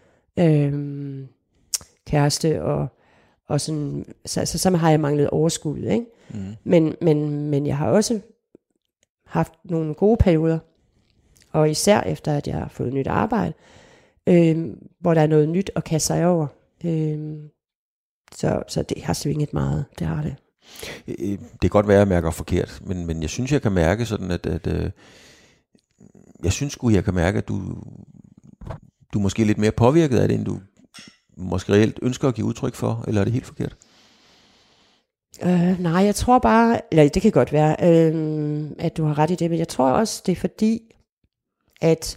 Speaker 3: øhm, kæreste, og, og sådan, så, så, så har jeg manglet overskud, ikke? Mm. Men, men, men jeg har også haft nogle gode perioder, og især efter, at jeg har fået nyt arbejde, øhm, hvor der er noget nyt at kaste sig over. Øhm, Så, så det har svinget meget, det har det.
Speaker 2: Det kan godt være, at jeg mærker forkert, men, men jeg synes, jeg kan mærke sådan, at, at, at jeg synes sgu, jeg kan mærke, at du, du er måske lidt mere påvirket af det, end du måske reelt ønsker at give udtryk for, eller er det helt forkert?
Speaker 3: Øh, nej, jeg tror bare, eller det kan godt være, øh, at du har ret i det, men jeg tror også, det er fordi, at,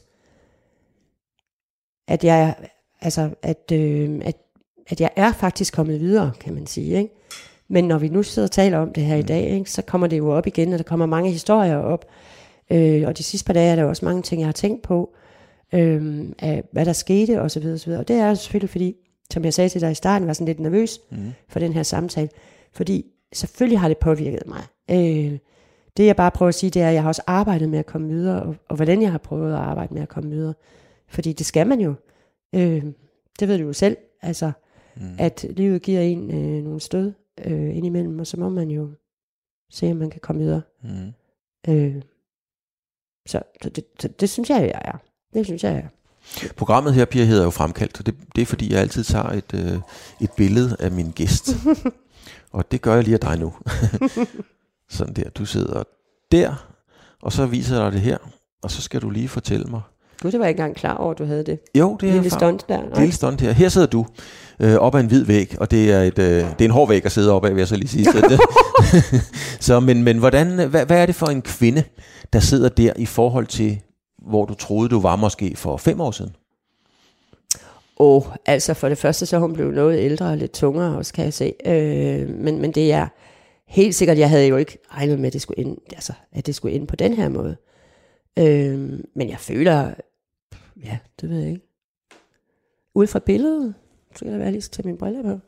Speaker 3: at jeg, altså, at, øh, at at jeg er faktisk kommet videre, kan man sige. Ikke? Men når vi nu sidder og taler om det her i dag, ikke, så kommer det jo op igen, og der kommer mange historier op. Øh, og de sidste par dage er der også mange ting, jeg har tænkt på, øh, af hvad der skete, og så videre, og så videre. Og det er selvfølgelig fordi, som jeg sagde til dig i starten, var sådan lidt nervøs mm. for den her samtale. Fordi selvfølgelig har det påvirket mig. Øh, det jeg bare prøver at sige, det er, at jeg har også arbejdet med at komme videre, og, og hvordan jeg har prøvet at arbejde med at komme videre. Fordi det skal man jo. Øh, det ved du jo selv. Altså, Mm. at livet giver en øh, nogle stød øh, indimellem, og så må man jo se, om man kan komme videre. Mm. Øh, så så det, det, det synes jeg, jeg er. Det synes jeg, jeg er.
Speaker 2: Programmet her, Pia, hedder jo Fremkaldt, og det, det er fordi, jeg altid tager et, øh, et billede af min gæst. Og det gør jeg lige af dig nu. Sådan der, du sidder der, og så viser jeg dig det her, og så skal du lige fortælle mig.
Speaker 3: Gud, det var jeg ikke engang klar over, at du havde det.
Speaker 2: Jo, det er
Speaker 3: lille stunt der.
Speaker 2: Lille stunt her. Her sidder du øh, op ad en hvid væg, og det er, et, øh, det er en hård væg at sidde op ad, vil jeg så lige sige. Så, det, så men, men hvordan, hvad, hvad er det for en kvinde, der sidder der i forhold til, hvor du troede, du var måske for fem år siden?
Speaker 3: Åh, oh, altså for det første, så er hun blevet noget ældre og lidt tungere også, kan jeg se. Øh, men, men det er helt sikkert, jeg havde jo ikke regnet med, at det skulle ind, altså, at det skulle ind på den her måde. Øh, men jeg føler, ja, det ved jeg ikke. Ud fra billedet, så kan det være, at jeg lige skal tage mine briller på.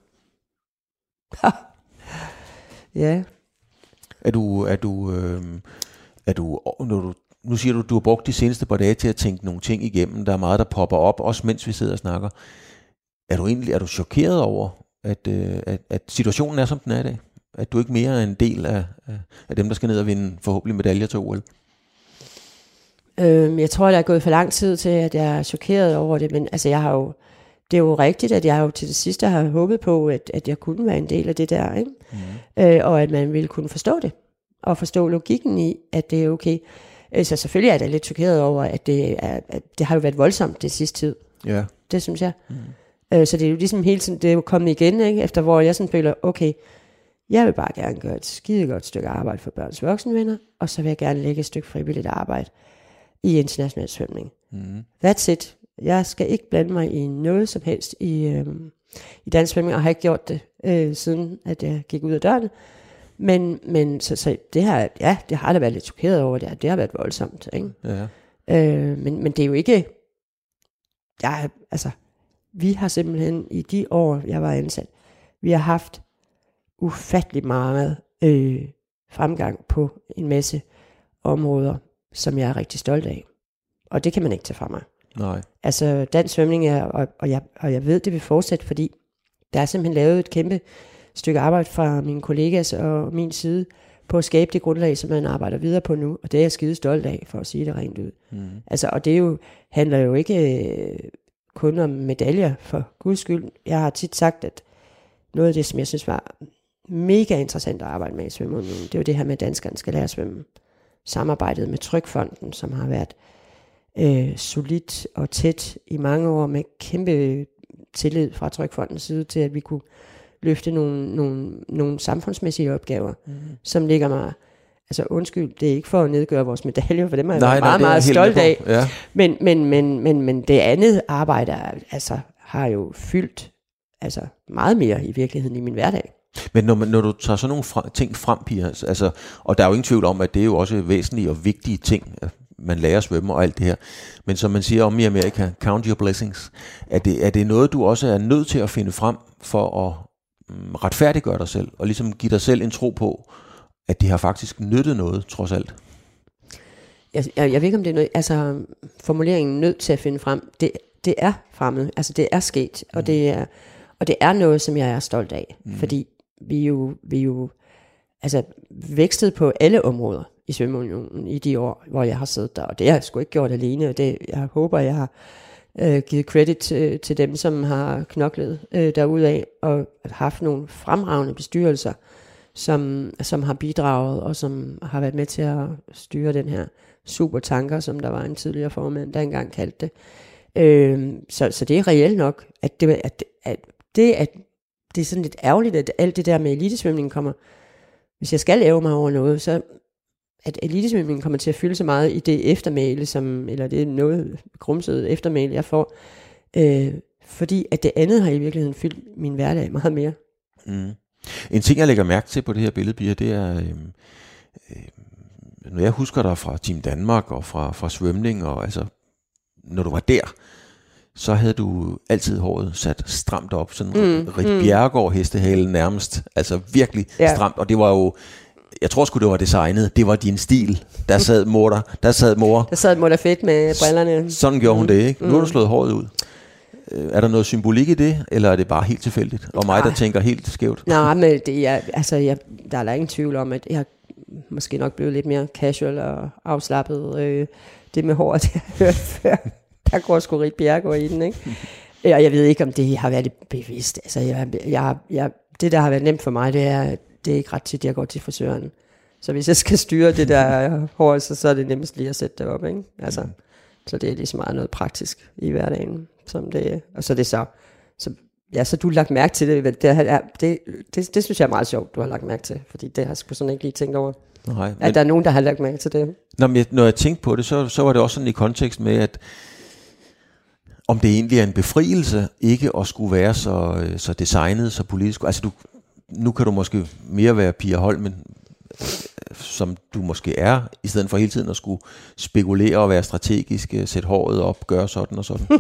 Speaker 3: Ja.
Speaker 2: Er du, er du, øh, er du, når du, nu siger du, du har brugt de seneste par dage til at tænke nogle ting igennem. Der er meget, der popper op, også mens vi sidder og snakker. Er du egentlig, er du chokeret over, at, øh, at, at situationen er, som den er i dag? At du ikke mere er en del af, af, af dem, der skal ned og vinde forhåbentlig medaljer til O L?
Speaker 3: Øhm, jeg tror, der er gået for lang tid til, at jeg er chokeret over det, men altså, jeg har jo, det er jo rigtigt, at jeg jo til det sidste har håbet på, at, at jeg kunne være en del af det der, ikke? Mm. Øh, og at man ville kunne forstå det, og forstå logikken i, at det er okay. Så selvfølgelig er jeg da lidt chokeret over, at det, er, at det har jo været voldsomt det sidste tid.
Speaker 2: Ja. Yeah.
Speaker 3: Det synes jeg. Mm. Øh, så det er jo ligesom hele tiden, det er jo kommet igen, ikke? Efter hvor jeg sådan føler, okay, jeg vil bare gerne gøre et skide godt stykke arbejde for børns voksenvenner, og så vil jeg gerne lægge et stykke frivilligt arbejde i international svømning. Mm. That's it. Jeg skal ikke blande mig i noget som helst i, øhm, i dansk svømning, og har ikke gjort det, øh, siden at jeg gik ud af døren. Men, men så, så det her, ja, det har da været lidt chokeret over, det, det har været voldsomt, ikke?
Speaker 2: Ja.
Speaker 3: Øh, men, men det er jo ikke, jeg, altså, vi har simpelthen i de år, jeg var ansat, vi har haft ufattelig meget øh, fremgang på en masse områder, som jeg er rigtig stolt af. Og det kan man ikke tage fra mig.
Speaker 2: Nej.
Speaker 3: Altså dansk svømning er, og, og, jeg, og jeg ved, det vil fortsætte, fordi der er simpelthen lavet et kæmpe stykke arbejde fra mine kollegas og min side, på at skabe det grundlag, som man arbejder videre på nu, og det er jeg skide stolt af, for at sige det rent ud. Mm. Altså, og det er jo, handler jo ikke øh, kun om medaljer, for guds skyld. Jeg har tit sagt, at noget af det, som jeg synes var mega interessant at arbejde med i svømmeunionen, det er jo det her med, at danskerne skal lære at svømme. Samarbejdet med Trygfonden, som har været øh, solidt og tæt i mange år, med kæmpe tillid fra Trygfondens side til, at vi kunne løfte nogle, nogle, nogle samfundsmæssige opgaver, mm. som ligger mig, altså undskyld, det er ikke for at nedgøre vores medaljer, for dem er jeg nej, meget, nej, meget stolt af, ja. men, men, men, men, men det andet arbejde altså, har jo fyldt altså, meget mere i virkeligheden i min hverdag.
Speaker 2: Men når, man, når du tager sådan nogle fra, ting frem, Pia, altså, og der er jo ingen tvivl om, at det er jo også væsentlige og vigtige ting, at man lærer at svømme og alt det her, men som man siger om i Amerika, count your blessings, er det, er det noget, du også er nødt til at finde frem for at retfærdiggøre dig selv, og ligesom give dig selv en tro på, at det har faktisk nyttet noget, trods alt?
Speaker 3: Jeg, jeg, jeg ved ikke, om det er noget, altså formuleringen nødt til at finde frem, det, det er fremmed, altså det er sket, mm. og, det er, og det er noget, som jeg er stolt af, mm. fordi vi jo, vi jo altså vækstede på alle områder i svømmeunionen i de år, hvor jeg har siddet der, og det har jeg sgu ikke gjort alene, og det, jeg håber, jeg har øh, givet credit til, til dem, som har knoklet øh, derudaf, og haft nogle fremragende bestyrelser, som, som har bidraget, og som har været med til at styre den her supertanker, som der var en tidligere formand, der engang kaldte det. Øh, så, så det er reelt nok, at det, at, at det, at det er sådan lidt ærgerligt, at alt det der med elitesvømningen kommer, hvis jeg skal lave mig over noget, så at elitesvømningen kommer til at fylde så meget i det eftermæle, som, eller det noget grumsede eftermæle, jeg får, øh, fordi at det andet har i virkeligheden fyldt min hverdag meget mere.
Speaker 2: Mm. En ting, jeg lægger mærke til på det her billede, Pia, det er, øh, øh, når jeg husker dig fra Team Danmark og fra, fra svømning, og altså, når du var der, så havde du altid håret sat stramt op, sådan mm, Rik mm. Bjerregaard hestehale nærmest, altså virkelig ja. stramt, og det var jo, jeg tror sgu det var designet, det var din stil, der sad mor der, der sad mor.
Speaker 3: Der sad mor der fedt med brillerne.
Speaker 2: Sådan gjorde mm. hun det, ikke? Nu har du slået håret ud. Er der noget symbolik i det, eller er det bare helt tilfældigt? Og mig, der tænker helt skævt?
Speaker 3: Nej, men det er, altså, jeg, der er der ingen tvivl om, at jeg måske nok blevet lidt mere casual og afslappet. Øh, det med håret, det har jeg hørt før. Der går sgu Rik Bjerregaard i den, ikke? Og jeg ved ikke, om det har været bevidst. Altså, jeg, jeg, jeg, det, der har været nemt for mig, det er, det er ikke ret tit, jeg går til frisøren. Så hvis jeg skal styre det der hår, så, så er det nemmest lige at sætte det op, ikke? Altså, mm. Så det er lige så meget noget praktisk i hverdagen. Som det, og så er det så, så, ja, så du har lagt mærke til det. Det, det, det, det, det synes jeg er meget sjovt, du har lagt mærke til. Fordi det har jeg sgu sådan ikke lige tænkt over. Nej, men, at der er nogen, der har lagt mærke til det.
Speaker 2: Når jeg, når jeg tænkte på det, så, så var det også sådan i kontekst med, at om det egentlig er en befrielse, ikke at skulle være så, så designet, så politisk. Altså du, nu kan du måske mere være Pia Holmen, som du måske er, i stedet for hele tiden at skulle spekulere og være strategisk, sætte håret op, gøre sådan og sådan.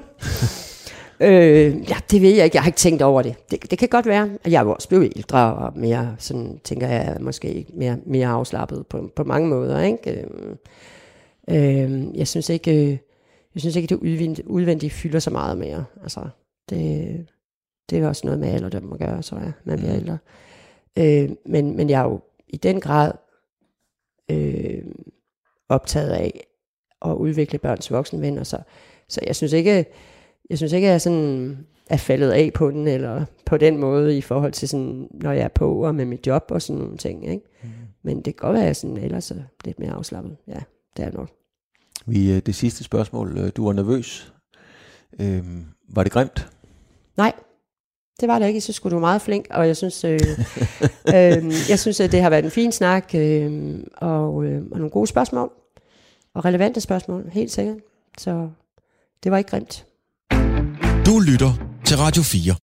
Speaker 3: øh, ja, det ved jeg ikke. Jeg har ikke tænkt over det. Det, det kan godt være. Jeg er jo også blevet ældre og mere, sådan tænker jeg, måske mere, mere afslappet på, på mange måder. Ikke? Øh, jeg synes ikke, jeg synes ikke, det udvendige, udvendige fylder så meget mere. Altså, det, det er også noget med alderdom at gøre, så jeg, man bliver ældre. Øh, men, men jeg er jo i den grad øh, optaget af at udvikle børns voksenvenner, så, så jeg synes ikke, jeg synes ikke, at jeg sådan er faldet af på den, eller på den måde i forhold til sådan, når jeg er på og med mit job og sådan nogle ting, ikke? Mm. Men det kan godt være, at jeg sådan ellers er lidt mere afslappet. Ja, det er nok.
Speaker 2: Vi, det sidste spørgsmål. Du var nervøs. Øhm, var det grimt?
Speaker 3: Nej. Det var det ikke. Jeg synes, du var meget flink, og jeg synes, øh, øh, jeg synes, at det har været en fin snak, øh, og, øh, og nogle gode spørgsmål, og relevante spørgsmål, helt sikkert. Så det var ikke grimt.
Speaker 1: Du lytter til Radio fire.